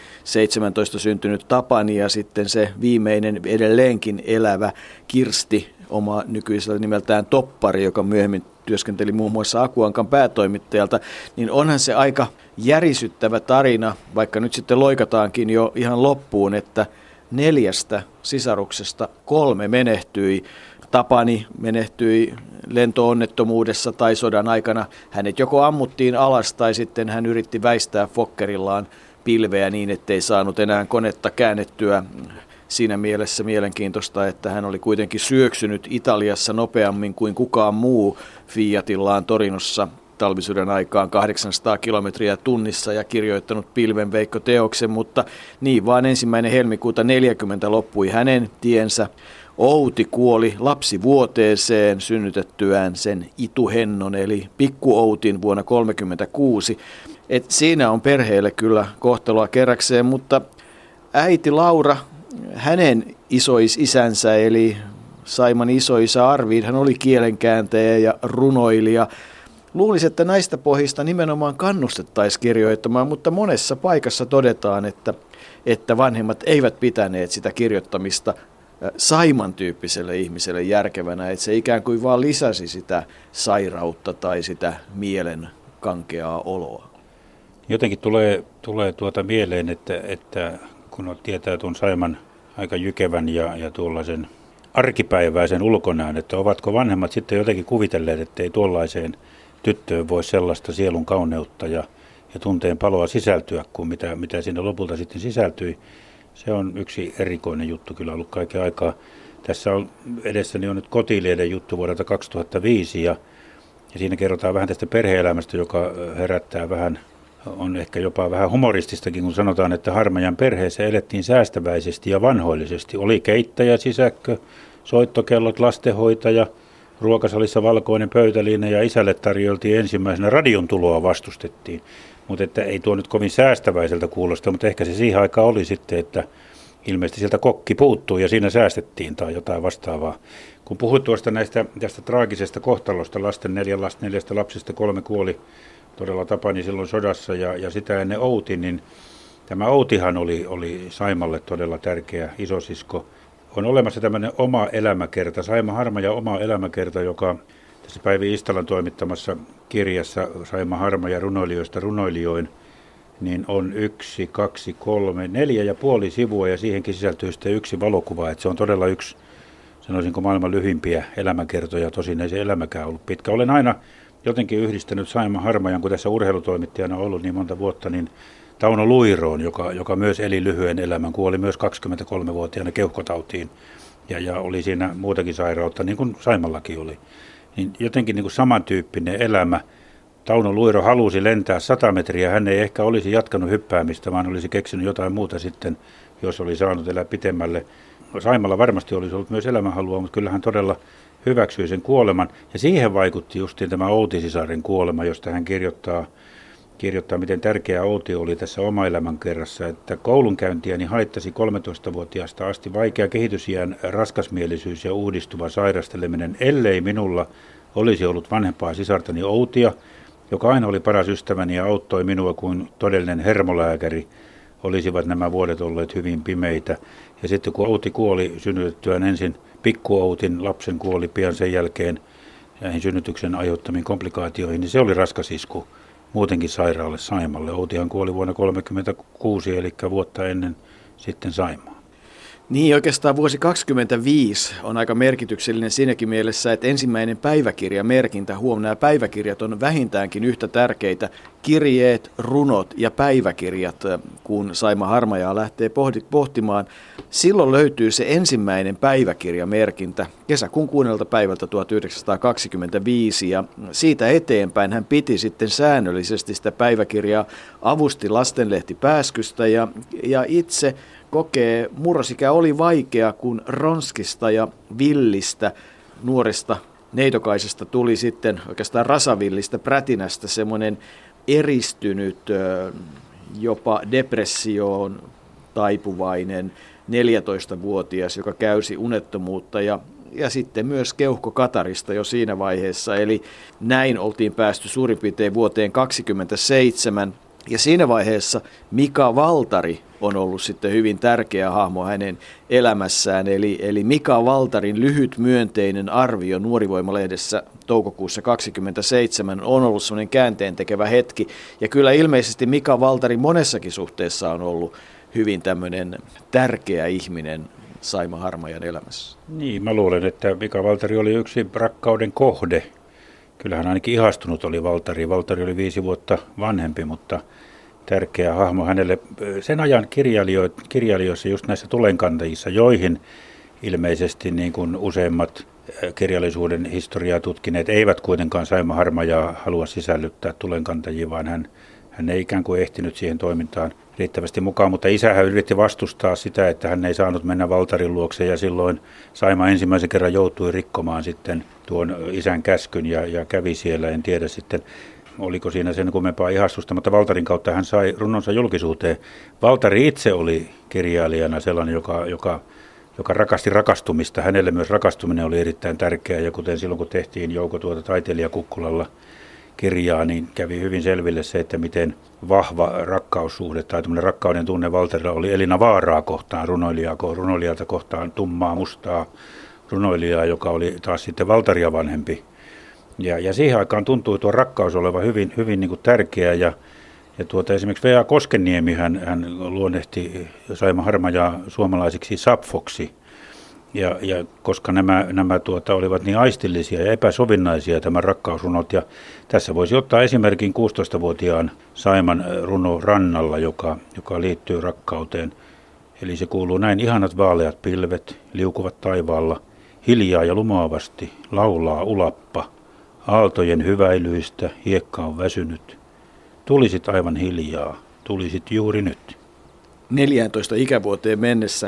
17 syntynyt Tapani ja sitten se viimeinen edelleenkin elävä Kirsti, oma nykyisellä nimeltään Toppari, joka myöhemmin työskenteli muun muassa Akuankan päätoimittajalta, niin onhan se aika järisyttävä tarina, vaikka nyt sitten loikataankin jo ihan loppuun, että 4 sisaruksesta 3 menehtyi. Tapani menehtyi lentoonnettomuudessa tai sodan aikana. Hänet joko ammuttiin alas tai sitten hän yritti väistää fokkerillaan pilveä niin, ettei saanut enää konetta käännettyä. Siinä mielessä mielenkiintoista, että hän oli kuitenkin syöksynyt Italiassa nopeammin kuin kukaan muu Fiatillaan Torinossa talvisodan aikaan 800 kilometriä tunnissa ja kirjoittanut pilvenveikkoteoksen, mutta niin vaan 1. helmikuuta 40 loppui hänen tiensä. Outi kuoli lapsivuoteeseen synnytettyään sen Ituhennon eli Pikku-Outin vuonna 1936. Siinä on perheelle kyllä kohtaloa kerrakseen, mutta äiti Laura, hänen isoisisänsä eli Saiman isoisä Arvid, hän oli kielenkääntäjä ja runoilija. Luulisi, että näistä pohjista nimenomaan kannustettaisiin kirjoittamaan, mutta monessa paikassa todetaan, että vanhemmat eivät pitäneet sitä kirjoittamista Saiman tyyppiselle ihmiselle järkevänä, että se ikään kuin vaan lisäsi sitä sairautta tai sitä mielen kankeaa oloa. Jotenkin tulee mieleen, että kun tietää tuon Saiman aika jykevän ja tuollaisen arkipäiväisen ulkonäön, että ovatko vanhemmat sitten jotenkin kuvitelleet, että ei tuollaiseen tyttöön voi sellaista sielun kauneutta ja tunteen paloa sisältyä kuin mitä sinne lopulta sitten sisältyi. Se on yksi erikoinen juttu kyllä ollut kaiken aikaa. Tässä on edessäni on nyt Kotilieden juttu vuodelta 2005 ja siinä kerrotaan vähän tästä perhe-elämästä, joka herättää vähän, on ehkä jopa vähän humorististakin, kun sanotaan, että Harmajan perheessä elettiin säästäväisesti ja vanhoillisesti. Oli keittäjä, sisäkkö, soittokellot, lastenhoitaja, ruokasalissa valkoinen pöytäliina ja isälle tarjoltiin ensimmäisenä radion tuloa vastustettiin. Mutta että ei tuo nyt kovin säästäväiseltä kuulosta, mutta ehkä se siihen aikaan oli sitten, että ilmeisesti sieltä kokki puuttui ja siinä säästettiin tai jotain vastaavaa. Kun puhuit tästä traagisesta kohtalosta, 4 lapsista 3 kuoli todella Tapani silloin sodassa ja sitä ennen Outi, niin tämä Outihan oli Saimalle todella tärkeä isosisko. On olemassa tämmöinen oma elämäkerta, Saima Harmaja oma elämäkerta, joka tässä Päivi Istalan toimittamassa kirjassa Saima Harmaja runoilijoista runoilijoin, niin on 1, 2, 3, 4,5 sivua ja siihenkin sisältyy sitten 1 valokuva. Että se on todella yksi, sanoisinko maailman lyhimpiä elämäkertoja, tosin ei se elämäkään ollut pitkä. Olen aina jotenkin yhdistänyt Saima Harmajan, kun tässä urheilutoimittajana on ollut niin monta vuotta, niin Tauno Luiroon, joka myös eli lyhyen elämän, kuoli myös 23-vuotiaana keuhkotautiin ja oli siinä muutakin sairautta, niin kuin Saimallakin oli. Niin jotenkin niin kuin samantyyppinen elämä. Tauno Luiro halusi lentää 100 metriä, hän ei ehkä olisi jatkanut hyppäämistä, vaan olisi keksinyt jotain muuta sitten, jos oli saanut elää pitemmälle. Saimalla varmasti olisi ollut myös elämänhalua, mutta kyllä hän todella hyväksyi sen kuoleman. Ja siihen vaikutti justiin tämä Outi-sisaren kuolema, josta hän kirjoittaa, miten tärkeä Outi oli tässä oma elämänkerrassa, että koulunkäyntiäni haittasi 13-vuotiaasta asti vaikea kehitysiän raskasmielisyys ja uudistuva sairasteleminen, ellei minulla olisi ollut vanhempaa sisartani Outia, joka aina oli paras ystäväni ja auttoi minua kuin todellinen hermolääkäri. Olisivat nämä vuodet olleet hyvin pimeitä. Ja sitten kun Outi kuoli synnytettyään ensin pikku Outin, lapsen kuoli pian sen jälkeen näihin synnytyksen aiheuttamiin komplikaatioihin, niin se oli raskas isku muutenkin sairaalle Saimalle. Outihan kuoli vuonna 1936, eli vuotta ennen sitten Saimaa. Niin, oikeastaan vuosi 25 on aika merkityksellinen siinäkin mielessä, että ensimmäinen päiväkirjamerkintä, nämä päiväkirjat on vähintäänkin yhtä tärkeitä, kirjeet, runot ja päiväkirjat, kun Saima Harmajaa lähtee pohtimaan. Silloin löytyy se ensimmäinen päiväkirjamerkintä kesäkuun 6. päivältä 1925 ja siitä eteenpäin hän piti sitten säännöllisesti sitä päiväkirjaa, avusti lastenlehti Pääskystä ja itse kokee, murrosikä oli vaikea, kun Ronskista ja Villistä, nuoresta neitokaisesta tuli sitten oikeastaan rasavillistä prätinästä semmoinen eristynyt, jopa depressioon taipuvainen 14-vuotias, joka käysi unettomuutta ja sitten myös keuhkokatarista jo siinä vaiheessa. Eli näin oltiin päästy suurin piirtein vuoteen 1927. Ja siinä vaiheessa Mika Valtari on ollut sitten hyvin tärkeä hahmo hänen elämässään. Eli Mika Valtarin lyhyt myönteinen arvio Nuorivoima-lehdessä toukokuussa 1927 on ollut semmoinen käänteentekevä hetki. Ja kyllä ilmeisesti Mika Valtari monessakin suhteessa on ollut hyvin tämmöinen tärkeä ihminen Saima Harmajan elämässä. Niin, mä luulen, että Mika Valtari oli yksi rakkauden kohde. Kyllähän ainakin ihastunut oli Valtari. Valtari oli 5 vuotta vanhempi, mutta tärkeä hahmo hänelle. Sen ajan kirjailijoissa, just näissä tulenkantajissa, joihin ilmeisesti niin kuin useimmat kirjallisuuden historiaa tutkineet eivät kuitenkaan Saima Harmajaa halua sisällyttää tulenkantajiin, vaan hän ei ikään kuin ehtinyt siihen toimintaan riittävästi mukaan, mutta isähän yritti vastustaa sitä, että hän ei saanut mennä Valtarin luokse ja silloin Saima ensimmäisen kerran joutui rikkomaan sitten tuon isän käskyn ja kävi siellä, en tiedä sitten oliko siinä sen kummempaa ihastusta, mutta Valtarin kautta hän sai runonsa julkisuuteen. Valtari itse oli kirjailijana sellainen, joka rakasti rakastumista. Hänelle myös rakastuminen oli erittäin tärkeää ja kuten silloin kun tehtiin Jouko taiteilijakukkulalla kirjaa, niin kävi hyvin selville se, että miten vahva rakkaussuhde tai tämmöinen rakkauden tunne Valterilla oli Elina Vaaraa kohtaan, runoilijalta kohtaan tummaa, mustaa runoilijaa, joka oli taas sitten Valtaria vanhempi. Ja siihen aikaan tuntui tuo rakkaus olevan hyvin niin kuin tärkeä ja esimerkiksi V.A. Koskenniemi hän luonnehti Saima Harmajaa suomalaisiksi sapfoksi. Ja koska nämä olivat niin aistillisia ja epäsovinnaisia tämän rakkausrunot, ja tässä voisi ottaa esimerkin 16-vuotiaan Saiman runo Rannalla, joka liittyy rakkauteen. Eli se kuuluu näin: ihanat vaaleat pilvet liukuvat taivaalla, hiljaa ja lumoavasti laulaa ulappa, aaltojen hyväilyistä hiekka on väsynyt. Tulisit aivan hiljaa, tulisit juuri nyt. 14 ikävuoteen mennessä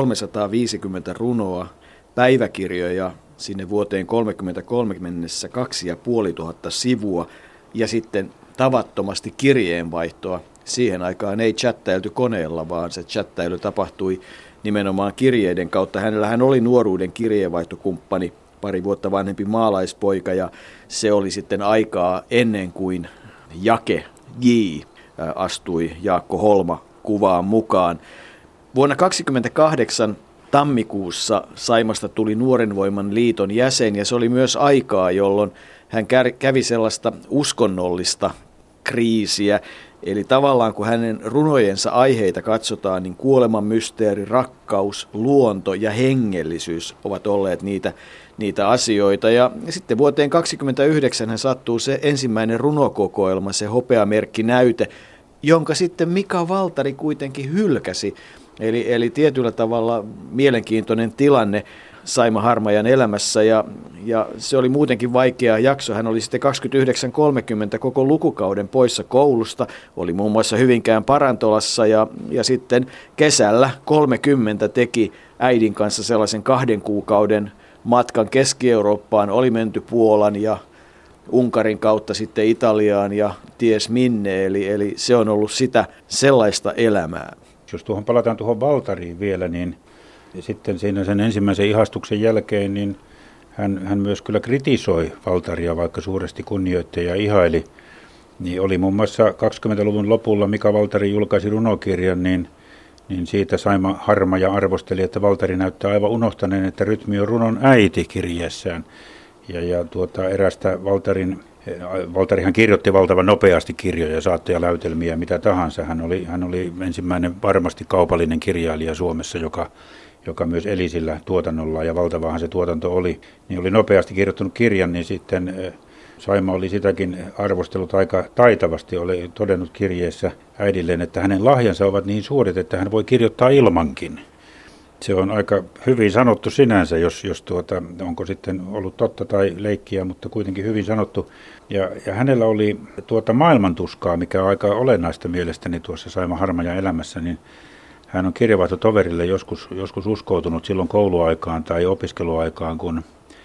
350 runoa, päiväkirjoja sinne vuoteen 33 mennessä 2500 sivua ja sitten tavattomasti kirjeenvaihtoa. Siihen aikaan ei chattailtu koneella, vaan se chattailu tapahtui nimenomaan kirjeiden kautta. Hänellähän oli nuoruuden kirjeenvaihtokumppani, 2 vuotta vanhempi maalaispoika, ja se oli sitten aikaa ennen kuin Jake J. astui Jaakko Holma kuvaan mukaan. Vuonna 1928 tammikuussa Saimasta tuli Nuorenvoiman liiton jäsen, ja se oli myös aikaa, jolloin hän kävi sellaista uskonnollista kriisiä. Eli tavallaan kun hänen runojensa aiheita katsotaan, niin kuoleman mysteeri, rakkaus, luonto ja hengellisyys ovat olleet niitä asioita. Ja sitten vuoteen 1929 hän sattuu se ensimmäinen runokokoelma, se hopeamerkkinäyte, jonka sitten Mika Valtari kuitenkin hylkäsi. Eli tietyllä tavalla mielenkiintoinen tilanne Saima Harmajan elämässä ja se oli muutenkin vaikea jakso. Hän oli sitten 29-30 koko lukukauden poissa koulusta, oli muun muassa Hyvinkään Parantolassa ja sitten kesällä 30 teki äidin kanssa sellaisen 2 kuukauden matkan Keski-Eurooppaan, oli menty Puolan ja Unkarin kautta sitten Italiaan ja ties minne, eli se on ollut sitä sellaista elämää. Jos palataan tuohon Valtariin vielä, niin sitten siinä sen ensimmäisen ihastuksen jälkeen, niin hän myös kyllä kritisoi Valtaria, vaikka suuresti kunnioitti ja ihaili. Niin oli muun muassa 20-luvun lopulla Mika Valtari julkaisi runokirjan, niin siitä Saima Harmaja arvosteli, että Valtari näyttää aivan unohtaneen, että rytmi on runon äiti kirjeessään. Ja erästä Valtarihan kirjoitti valtavan nopeasti kirjoja, saattoja, läytelmiä, mitä tahansa. Hän oli ensimmäinen varmasti kaupallinen kirjailija Suomessa, joka myös eli sillä tuotannolla, ja valtavahan se tuotanto oli. Niin oli nopeasti kirjoittanut kirjan, niin sitten Saima oli sitäkin arvostellut aika taitavasti, oli todennut kirjeessä äidilleen, että hänen lahjansa ovat niin suuret, että hän voi kirjoittaa ilmankin. Se on aika hyvin sanottu sinänsä, jos onko sitten ollut totta tai leikkiä, mutta kuitenkin hyvin sanottu. Ja hänellä oli maailmantuskaa, mikä on aika olennaista mielestäni tuossa Saima Harmajan elämässä, niin hän on kirjavaihtotoverille joskus uskoutunut silloin kouluaikaan tai opiskeluaikaan, kun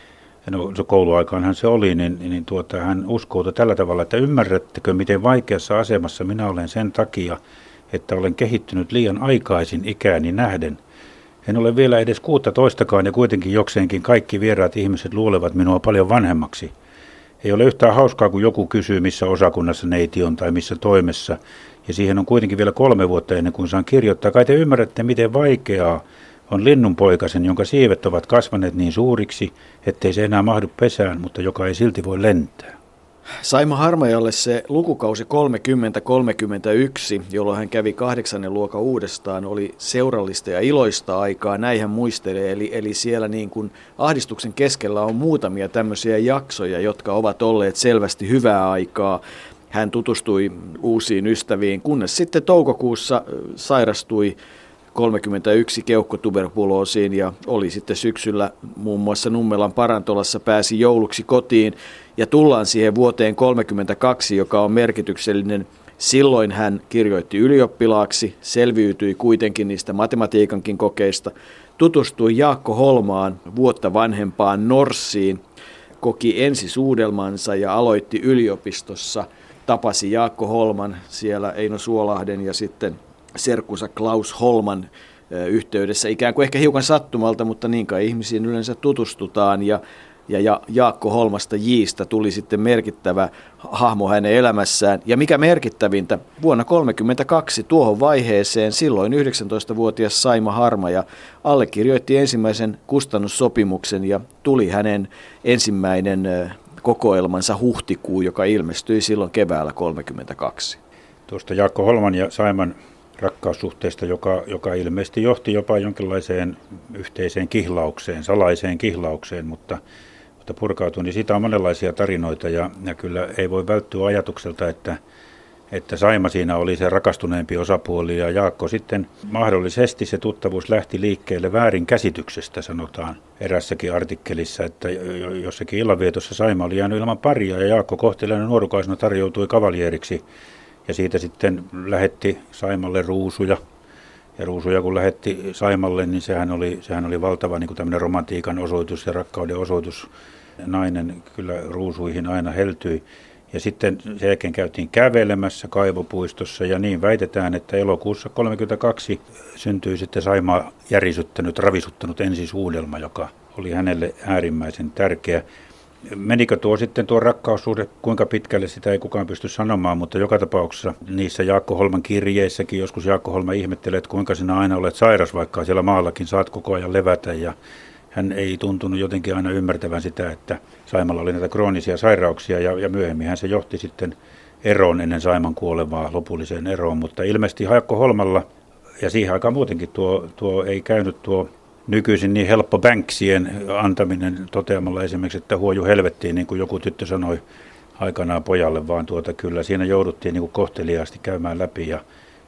kouluaikaanhan se oli, niin hän uskoutui tällä tavalla, että ymmärrättekö, miten vaikeassa asemassa minä olen sen takia, että olen kehittynyt liian aikaisin ikääni nähden. En ole vielä edes 16:kaan ja kuitenkin jokseenkin kaikki vieraat ihmiset luulevat minua paljon vanhemmaksi. Ei ole yhtään hauskaa, kun joku kysyy, missä osakunnassa neiti on tai missä toimessa. Ja siihen on kuitenkin vielä 3 vuotta ennen kuin saan kirjoittaa. Kai te ymmärrätte, miten vaikeaa on linnunpoikasen, jonka siivet ovat kasvaneet niin suuriksi, ettei se enää mahdu pesään, mutta joka ei silti voi lentää. Saima Harmajalle se lukukausi 30-31, jolloin hän kävi 8. luokan uudestaan, oli seurallista ja iloista aikaa, näin hän muistelee. Eli siellä niin kuin ahdistuksen keskellä on muutamia tämmöisiä jaksoja, jotka ovat olleet selvästi hyvää aikaa. Hän tutustui uusiin ystäviin, kunnes sitten toukokuussa sairastui 31 keuhkotuberkuloosiin ja oli sitten syksyllä muun muassa Nummelan Parantolassa, pääsi jouluksi kotiin ja tullaan siihen vuoteen 32, joka on merkityksellinen. Silloin hän kirjoitti ylioppilaaksi, selviytyi kuitenkin niistä matematiikankin kokeista, tutustui Jaakko Holmaan vuotta vanhempaan Norssiin, koki ensisuudelmansa ja aloitti yliopistossa, tapasi Jaakko Holman siellä Eino Suolahden ja sitten serkkunsa Klaus Holman yhteydessä, ikään kuin ehkä hiukan sattumalta, mutta niin kai ihmisiin yleensä tutustutaan ja Jaakko Holmasta Jistä tuli sitten merkittävä hahmo hänen elämässään. Ja mikä merkittävintä, vuonna 1932 tuohon vaiheeseen silloin 19-vuotias Saima Harmaja allekirjoitti ensimmäisen kustannussopimuksen ja tuli hänen ensimmäinen kokoelmansa Huhtikuu, joka ilmestyi silloin keväällä 1932. Tuosta Jaakko Holman ja Saiman rakkaussuhteesta, joka ilmeisesti johti jopa jonkinlaiseen yhteiseen kihlaukseen, salaiseen kihlaukseen, mutta purkautui, niin siitä on monenlaisia tarinoita ja kyllä ei voi välttyä ajatukselta, että Saima siinä oli se rakastuneempi osapuoli ja Jaakko sitten mahdollisesti se tuttavuus lähti liikkeelle väärinkäsityksestä, sanotaan erässäkin artikkelissa, että jossakin illanvietossa Saima oli jäänyt ilman paria ja Jaakko kohteliaana nuorukaisena tarjoutui kavaljeeriksi. Ja siitä sitten lähetti Saimalle ruusuja. Ja ruusuja kun lähetti Saimalle, niin sehän oli valtava niin kuin tämmöinen romantiikan osoitus ja rakkauden osoitus. Nainen kyllä ruusuihin aina heltyi. Ja sitten sen jälkeen käytiin kävelemässä Kaivopuistossa ja niin väitetään, että elokuussa 1932 syntyi sitten Saimaa järisyttänyt, ravisuttanut ensisuudelma, joka oli hänelle äärimmäisen tärkeä. Menikö tuo rakkaussuhde, kuinka pitkälle sitä ei kukaan pysty sanomaan, mutta joka tapauksessa niissä Jaakko Holman kirjeissäkin joskus Jaakko Holma ihmettelee, että kuinka sinä aina olet sairas, vaikka siellä maallakin saat koko ajan levätä ja hän ei tuntunut jotenkin aina ymmärtävän sitä, että Saimalla oli näitä kroonisia sairauksia ja myöhemmin se johti sitten eroon ennen Saiman kuolevaa lopulliseen eroon, mutta ilmeisesti Jaakko Holmalla ja siihen aikaan muutenkin tuo ei käynyt tuo nykyisin niin helppo Banksien antaminen toteamalla esimerkiksi, että huoju helvettiin, niin kuin joku tyttö sanoi aikanaan pojalle, vaan kyllä siinä jouduttiin niin kuin kohteliaasti käymään läpi ja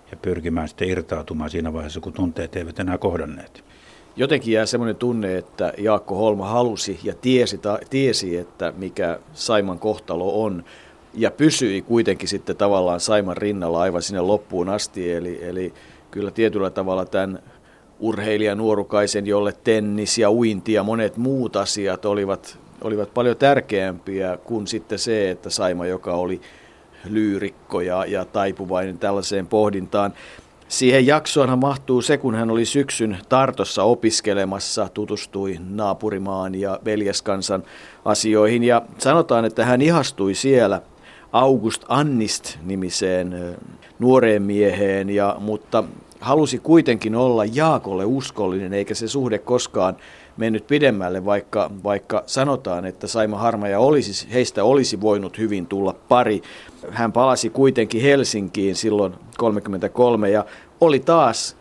ja pyrkimään sitten irtautumaan siinä vaiheessa, kun tunteet eivät enää kohdanneet. Jotenkin jää semmoinen tunne, että Jaakko Holma halusi ja tiesi, että mikä Saiman kohtalo on, ja pysyi kuitenkin sitten tavallaan Saiman rinnalla aivan sinne loppuun asti. Eli kyllä tietyllä tavalla tämän urheilijan nuorukaisen, jolle tennis ja uinti ja monet muut asiat olivat paljon tärkeämpiä kuin sitten se, että Saima, joka oli lyyrikko ja taipuvainen tällaiseen pohdintaan. Siihen jaksoonhan mahtuu se, kun hän oli syksyn Tartossa opiskelemassa, tutustui naapurimaan ja veljeskansan asioihin. Ja sanotaan, että hän ihastui siellä August Annist-nimiseen nuoreen mieheen, mutta halusi kuitenkin olla Jaakolle uskollinen, eikä se suhde koskaan mennyt pidemmälle, vaikka sanotaan, että Saima Harmaja heistä olisi voinut hyvin tulla pari. Hän palasi kuitenkin Helsinkiin silloin 1933 ja oli taas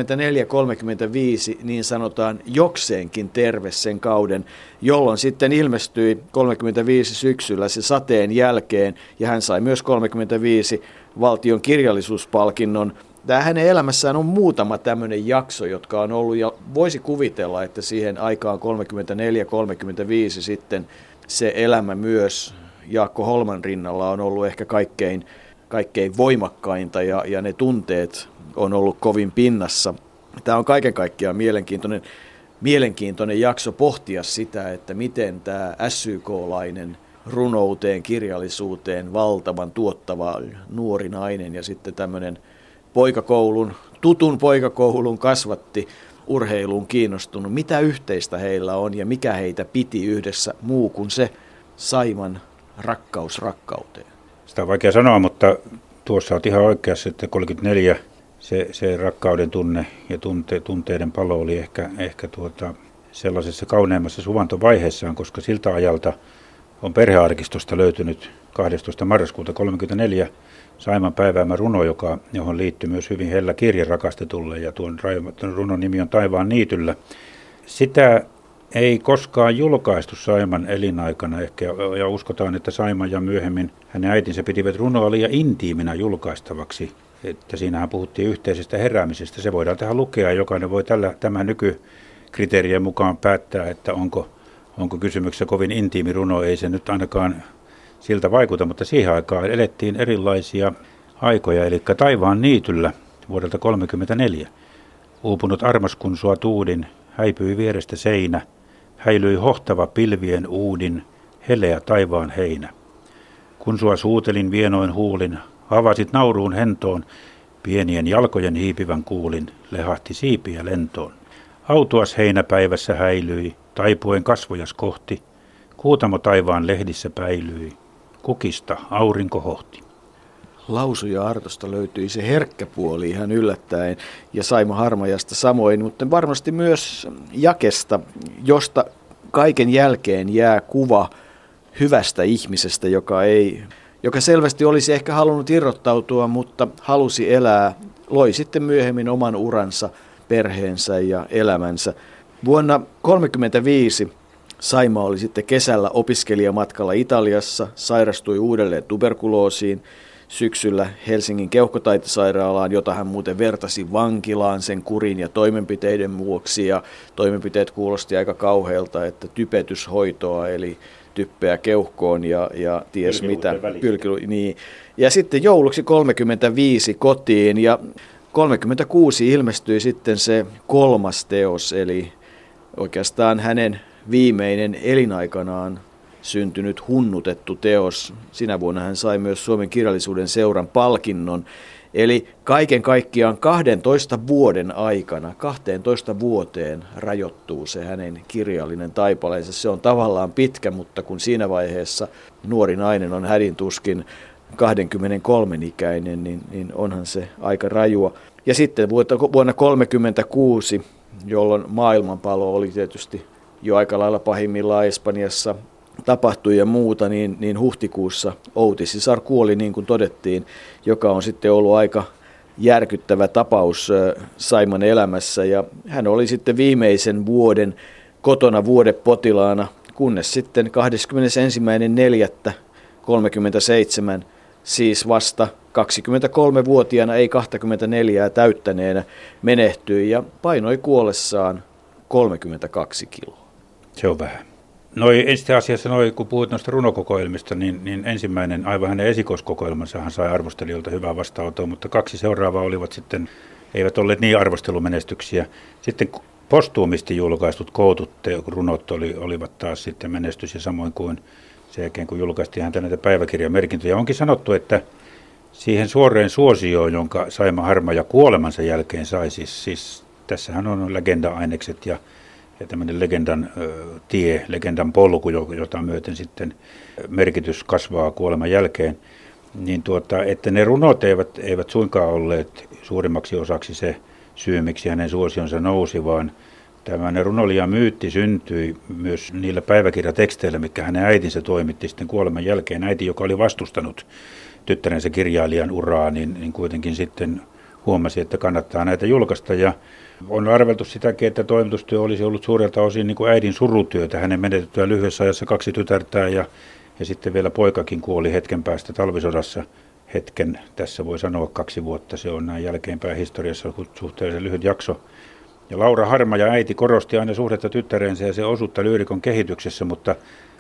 34-35 niin sanotaan jokseenkin terve sen kauden, jolloin sitten ilmestyi 35 syksyllä se Sateen jälkeen ja hän sai myös 35 valtion kirjallisuuspalkinnon. Tämä hänen elämässään on muutama tämmöinen jakso, jotka on ollut, ja voisi kuvitella, että siihen aikaan 34-35 sitten se elämä myös Jaakko Holman rinnalla on ollut ehkä kaikkein voimakkainta, ja ne tunteet on ollut kovin pinnassa. Tämä on kaiken kaikkiaan mielenkiintoinen jakso pohtia sitä, että miten tämä SYK-lainen runouteen, kirjallisuuteen valtavan tuottava nuori nainen ja sitten tämmöinen tutun poikakoulun kasvatti, urheiluun kiinnostunut. Mitä yhteistä heillä on ja mikä heitä piti yhdessä muu kuin se Saiman rakkaus rakkauteen? Sitä on vaikea sanoa, mutta tuossa on ihan oikeassa, että 34 se rakkauden tunne ja tunteiden palo oli ehkä sellaisessa kauneimmassa suvantovaiheessaan, koska siltä ajalta on perhearkistosta löytynyt 12. marraskuuta 1934 Saiman päiväämä runo, johon liittyy myös hyvin hellä kirje rakastetulle, ja tuon runon nimi on Taivaan niityllä. Sitä ei koskaan julkaistu Saiman elinaikana ehkä, ja uskotaan, että Saima ja myöhemmin hänen äitinsä pitivät runoa liian intiiminä julkaistavaksi, että siinähän puhuttiin yhteisestä heräämisestä. Se voidaan tähän lukea, jokainen voi tämän nykykriteerien mukaan päättää, että onko kysymyksessä kovin intiimi runo, ei se nyt ainakaan siltä vaikuta, mutta siihen aikaan elettiin erilaisia aikoja, eli Taivaan niityllä vuodelta 1934. Uupunut armas kun sua tuudin, häipyi vierestä seinä, häilyi hohtava pilvien uudin, heleä taivaan heinä. Kun sua suutelin vienoin huulin, avasit nauruun hentoon, pienien jalkojen hiipivän kuulin, lehahti siipiä lentoon. Autuas heinäpäivässä häilyi, taipuen kasvojas kohti, kuutamo taivaan lehdissä päilyi, kukista aurinko hohti. Lausuja Artosta löytyi se herkkä puoli ihan yllättäen ja Saima Harmajasta samoin, mutta varmasti myös Jakesta, josta kaiken jälkeen jää kuva hyvästä ihmisestä, joka selvästi olisi ehkä halunnut irrottautua, mutta halusi elää, loi sitten myöhemmin oman uransa, perheensä ja elämänsä. Vuonna 1935 Saima oli sitten kesällä opiskelijamatkalla Italiassa, sairastui uudelleen tuberkuloosiin, syksyllä Helsingin keuhkotaitosairaalaan, jota hän muuten vertasi vankilaan sen kurin ja toimenpiteiden vuoksi. Ja toimenpiteet kuulosti aika kauhealta, että typetyshoitoa eli typpeä keuhkoon ja ties mitä. Niin. Ja sitten jouluksi 1935 kotiin ja 1936 ilmestyi sitten se 3. teos, eli oikeastaan hänen viimeinen elinaikanaan syntynyt hunnutettu teos. Sinä vuonna hän sai myös Suomen kirjallisuuden seuran palkinnon. Eli kaiken kaikkiaan 12 vuoden aikana, 12 vuoteen rajoittuu se hänen kirjallinen taipaleensa. Se on tavallaan pitkä, mutta kun siinä vaiheessa nuori nainen on hädintuskin 23 ikäinen, niin onhan se aika rajua. Ja sitten vuonna 1936, jolloin maailmanpalo oli tietysti jo aika lailla pahimmillaan Espanjassa tapahtui ja muuta, niin huhtikuussa Outi sisar kuoli, niin kuin todettiin, joka on sitten ollut aika järkyttävä tapaus Saiman elämässä. Ja hän oli sitten viimeisen vuoden kotona vuodepotilaana, kunnes sitten 21.4.37, siis vasta 23-vuotiaana, ei 24 täyttäneenä menehtyi ja painoi kuollessaan 32 kiloa. Se on vähän. Itse asiassa kun puhuit noista runokokoelmista, niin ensimmäinen, aivan hänen esikoiskokoelmansa, hän sai arvostelijoilta hyvää vastaanotoa, mutta 2 seuraavaa eivät olleet niin arvostelumenestyksiä. Sitten postuumisti julkaistut kootut runot olivat taas sitten menestys, ja samoin kuin sen jälkeen, kun julkaistiin häntä näitä päiväkirjamerkintöjä. Onkin sanottu, että siihen suoreen suosioon, jonka Saima Harmaja kuolemansa jälkeen sai, siis tässähän on legenda-ainekset ja tämmöinen legendan tie, legendan polku, jota myöten sitten merkitys kasvaa kuoleman jälkeen, niin että ne runot eivät suinkaan olleet suurimmaksi osaksi se syy, miksi hänen suosionsa nousi, vaan tämmöinen runolija-myytti syntyi myös niillä päiväkirjateksteillä, mitkä hänen äitinsä toimitti sitten kuoleman jälkeen. Äiti, joka oli vastustanut tyttärensä kirjailijan uraa, niin kuitenkin sitten huomasi, että kannattaa näitä julkaista. Ja on arveltu sitäkin, että toimitustyö olisi ollut suurelta osin niin kuin äidin surutyötä. Hänen menetettyä lyhyessä ajassa 2 tytärtään ja sitten vielä poikakin kuoli hetken päästä talvisodassa. Tässä voi sanoa 2 vuotta, se on näin jälkeenpäin historiassa suhteellisen lyhyt jakso. Ja Laura Harmaja äiti korosti aina suhdetta tyttärensä ja se osuutta lyyrikon kehityksessä, mutta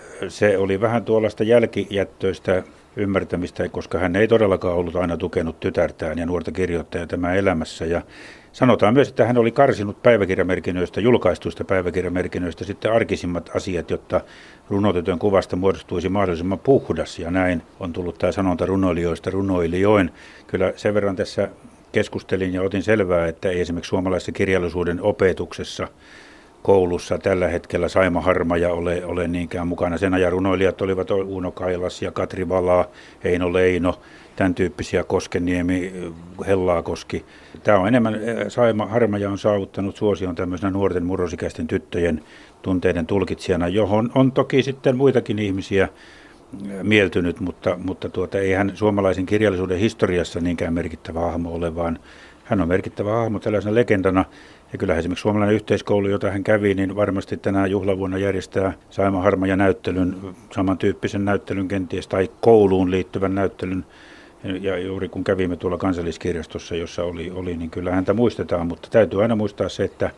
se oli vähän tuollaista jälkijättöistä ymmärtämistä, koska hän ei todellakaan ollut aina tukenut tytärtään ja nuorta kirjoittajaa tämän elämässä. Ja sanotaan myös, että hän oli karsinut päiväkirjamerkinnöistä, julkaistuista päiväkirjamerkinnöistä sitten arkisimmat asiat, jotta runotytön kuvasta muodostuisi mahdollisimman puhdas. Ja näin on tullut tämä sanonta runoilijoista runoilijoin. Kyllä sen verran tässä keskustelin ja otin selvää, että ei esimerkiksi suomalaisessa kirjallisuuden opetuksessa koulussa tällä hetkellä Saima Harmaja ole niinkään mukana. Sen ajan runoilijat olivat Uno Kailas ja Katri Valaa, Eino Leino, tämän tyyppisiä, Koskeniemi, Hellaakoski. Tämä on enemmän, Saima Harmaja on saavuttanut suosion tämmöisenä nuorten murrosikäisten tyttöjen tunteiden tulkitsijana, johon on toki sitten muitakin ihmisiä mieltynyt, mutta ei hän suomalaisen kirjallisuuden historiassa niinkään merkittävä hahmo ole, vaan hän on merkittävä hahmo tällaisena legendana. Ja kyllä esimerkiksi suomalainen yhteiskoulu, jota hän kävi, niin varmasti tänä juhlavuonna järjestää Saima Harmaja näyttelyn, samantyyppisen näyttelyn kenties, tai kouluun liittyvän näyttelyn. Ja juuri kun kävimme tuolla Kansalliskirjastossa, jossa oli niin kyllä häntä muistetaan, mutta täytyy aina muistaa se, että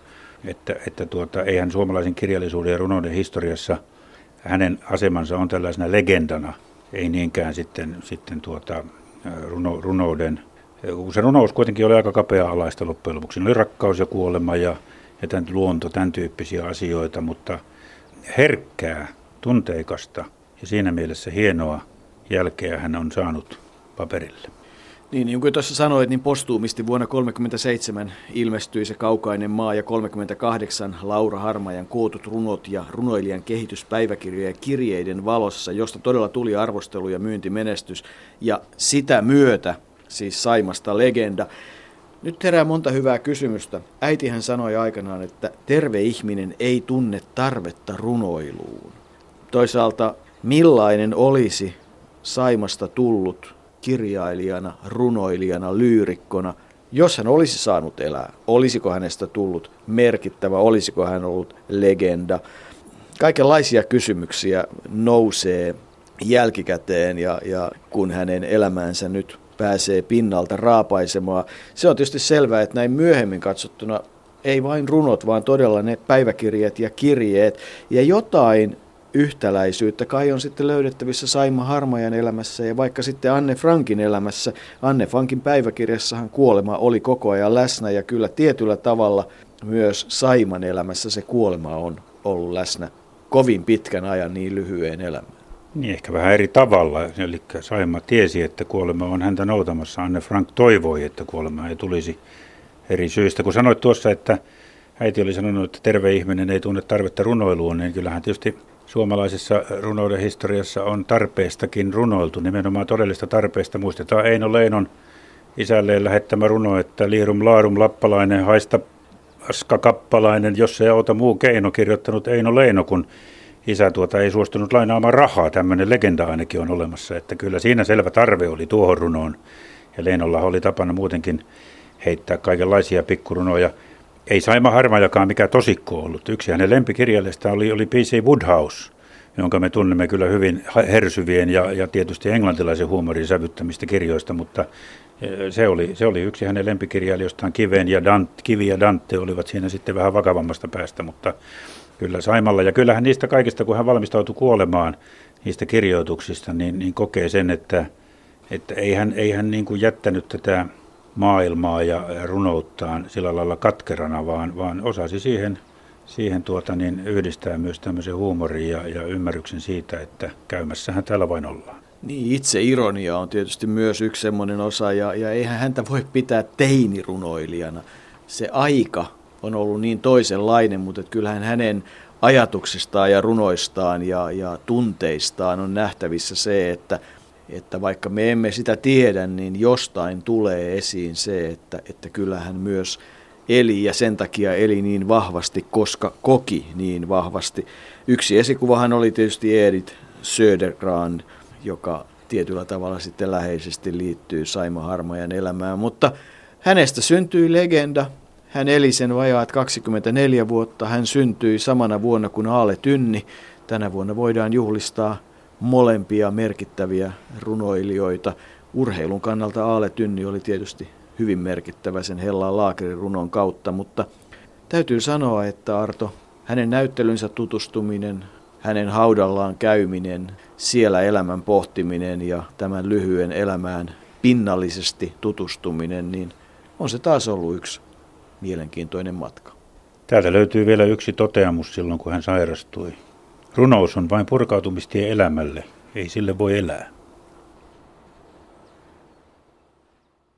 eihän suomalaisen kirjallisuuden ja runouden historiassa hänen asemansa on tällaisena legendana, ei niinkään sitten runouden. Se runous kuitenkin oli aika kapea-alaista loppujen lopuksi. Siinä oli rakkaus ja kuolema ja luonto, tämän tyyppisiä asioita, mutta herkkää, tunteikasta ja siinä mielessä hienoa jälkeä hän on saanut paperille. Niin kuin tuossa sanoit, niin postuumisti vuonna 1937 ilmestyi se Kaukainen maa ja 1938 Laura Harmajan kootut runot ja runoilijan kehityspäiväkirjoja kirjeiden valossa, josta todella tuli arvostelu ja myyntimenestys ja sitä myötä siis Saimasta legenda. Nyt herää monta hyvää kysymystä. Äitihän sanoi aikanaan, että terve ihminen ei tunne tarvetta runoiluun. Toisaalta millainen olisi Saimasta tullut kirjailijana, runoilijana, lyyrikkona, jos hän olisi saanut elää? Olisiko hänestä tullut merkittävä, olisiko hän ollut legenda? Kaikenlaisia kysymyksiä nousee jälkikäteen ja kun hänen elämäänsä nyt pääsee pinnalta raapaisemaan. Se on tietysti selvää, että näin myöhemmin katsottuna ei vain runot, vaan todella ne päiväkirjat ja kirjeet ja jotain yhtäläisyyttä kai on sitten löydettävissä Saima Harmajan elämässä ja vaikka sitten Anne Frankin elämässä. Anne Frankin päiväkirjassahan kuolema oli koko ajan läsnä ja kyllä tietyllä tavalla myös Saiman elämässä se kuolema on ollut läsnä kovin pitkän ajan niin lyhyen elämään. Niin ehkä vähän eri tavalla. Eli Saima tiesi, että kuolema on häntä noutamassa. Anne Frank toivoi, että kuolema ei tulisi eri syistä. Kun sanoit tuossa, että äiti oli sanonut, että terve ihminen ei tunne tarvetta runoiluun, niin kyllähän tietysti suomalaisessa runouden historiassa on tarpeestakin runoiltu. Nimenomaan todellista tarpeesta. Muistetaan Eino Leinon isälleen lähettämä runo, että liirum laarum lappalainen, haista aska kappalainen, jos ei auta muu keino, kirjoittanut Eino Leino, kun isä ei suostunut lainaamaan rahaa. Tämmöinen legenda ainakin on olemassa, että kyllä siinä selvä tarve oli tuohon runoon. Ja Leinolla oli tapana muutenkin heittää kaikenlaisia pikkurunoja. Ei Saima Harmajakaan mikään tosikko ollut. Yksi hänen lempikirjallistaan oli P.C. Wodehouse, jonka me tunnemme kyllä hyvin hersyvien ja tietysti englantilaisen huumorin sävyttämistä kirjoista, mutta se oli yksi hänen lempikirjailijoistaan. Kivi ja Dante olivat siinä sitten vähän vakavammasta päästä, mutta kyllä Saimalla, ja kyllähän niistä kaikista, kun hän valmistautui kuolemaan niistä kirjoituksista, niin kokee sen, että ei hän niin kuin jättänyt tätä maailmaa ja runouttaan sillä lailla katkerana, vaan osasi siihen yhdistää myös tämmöisen huumorin ja ymmärryksen siitä, että käymässähän täällä vain ollaan. Niin, itse ironia on tietysti myös yksi semmoinen osa, ja eihän häntä voi pitää teinirunoilijana. Se aika on ollut niin toisenlainen, mutta kyllähän hänen ajatuksistaan ja runoistaan ja tunteistaan on nähtävissä se, että vaikka me emme sitä tiedä, niin jostain tulee esiin se, että kyllähän myös eli ja sen takia eli niin vahvasti, koska koki niin vahvasti. Yksi esikuvahan oli tietysti Edith Södergran, joka tietyllä tavalla sitten läheisesti liittyy Saima Harmajan elämään, mutta hänestä syntyi legenda. Hän eli sen vajaat 24 vuotta. Hän syntyi samana vuonna kuin Aale Tynni. Tänä vuonna voidaan juhlistaa molempia merkittäviä runoilijoita. Urheilun kannalta Aale Tynni oli tietysti hyvin merkittävä sen Hellaan Laakerin runon kautta, mutta täytyy sanoa, että Arto, hänen näyttelynsä tutustuminen, hänen haudallaan käyminen, siellä elämän pohtiminen ja tämän lyhyen elämään pinnallisesti tutustuminen, niin on se taas ollut yksi mielenkiintoinen matka. Täältä löytyy vielä yksi toteamus silloin, kun hän sairastui. Runous on vain purkautumistie elämälle, ei sille voi elää.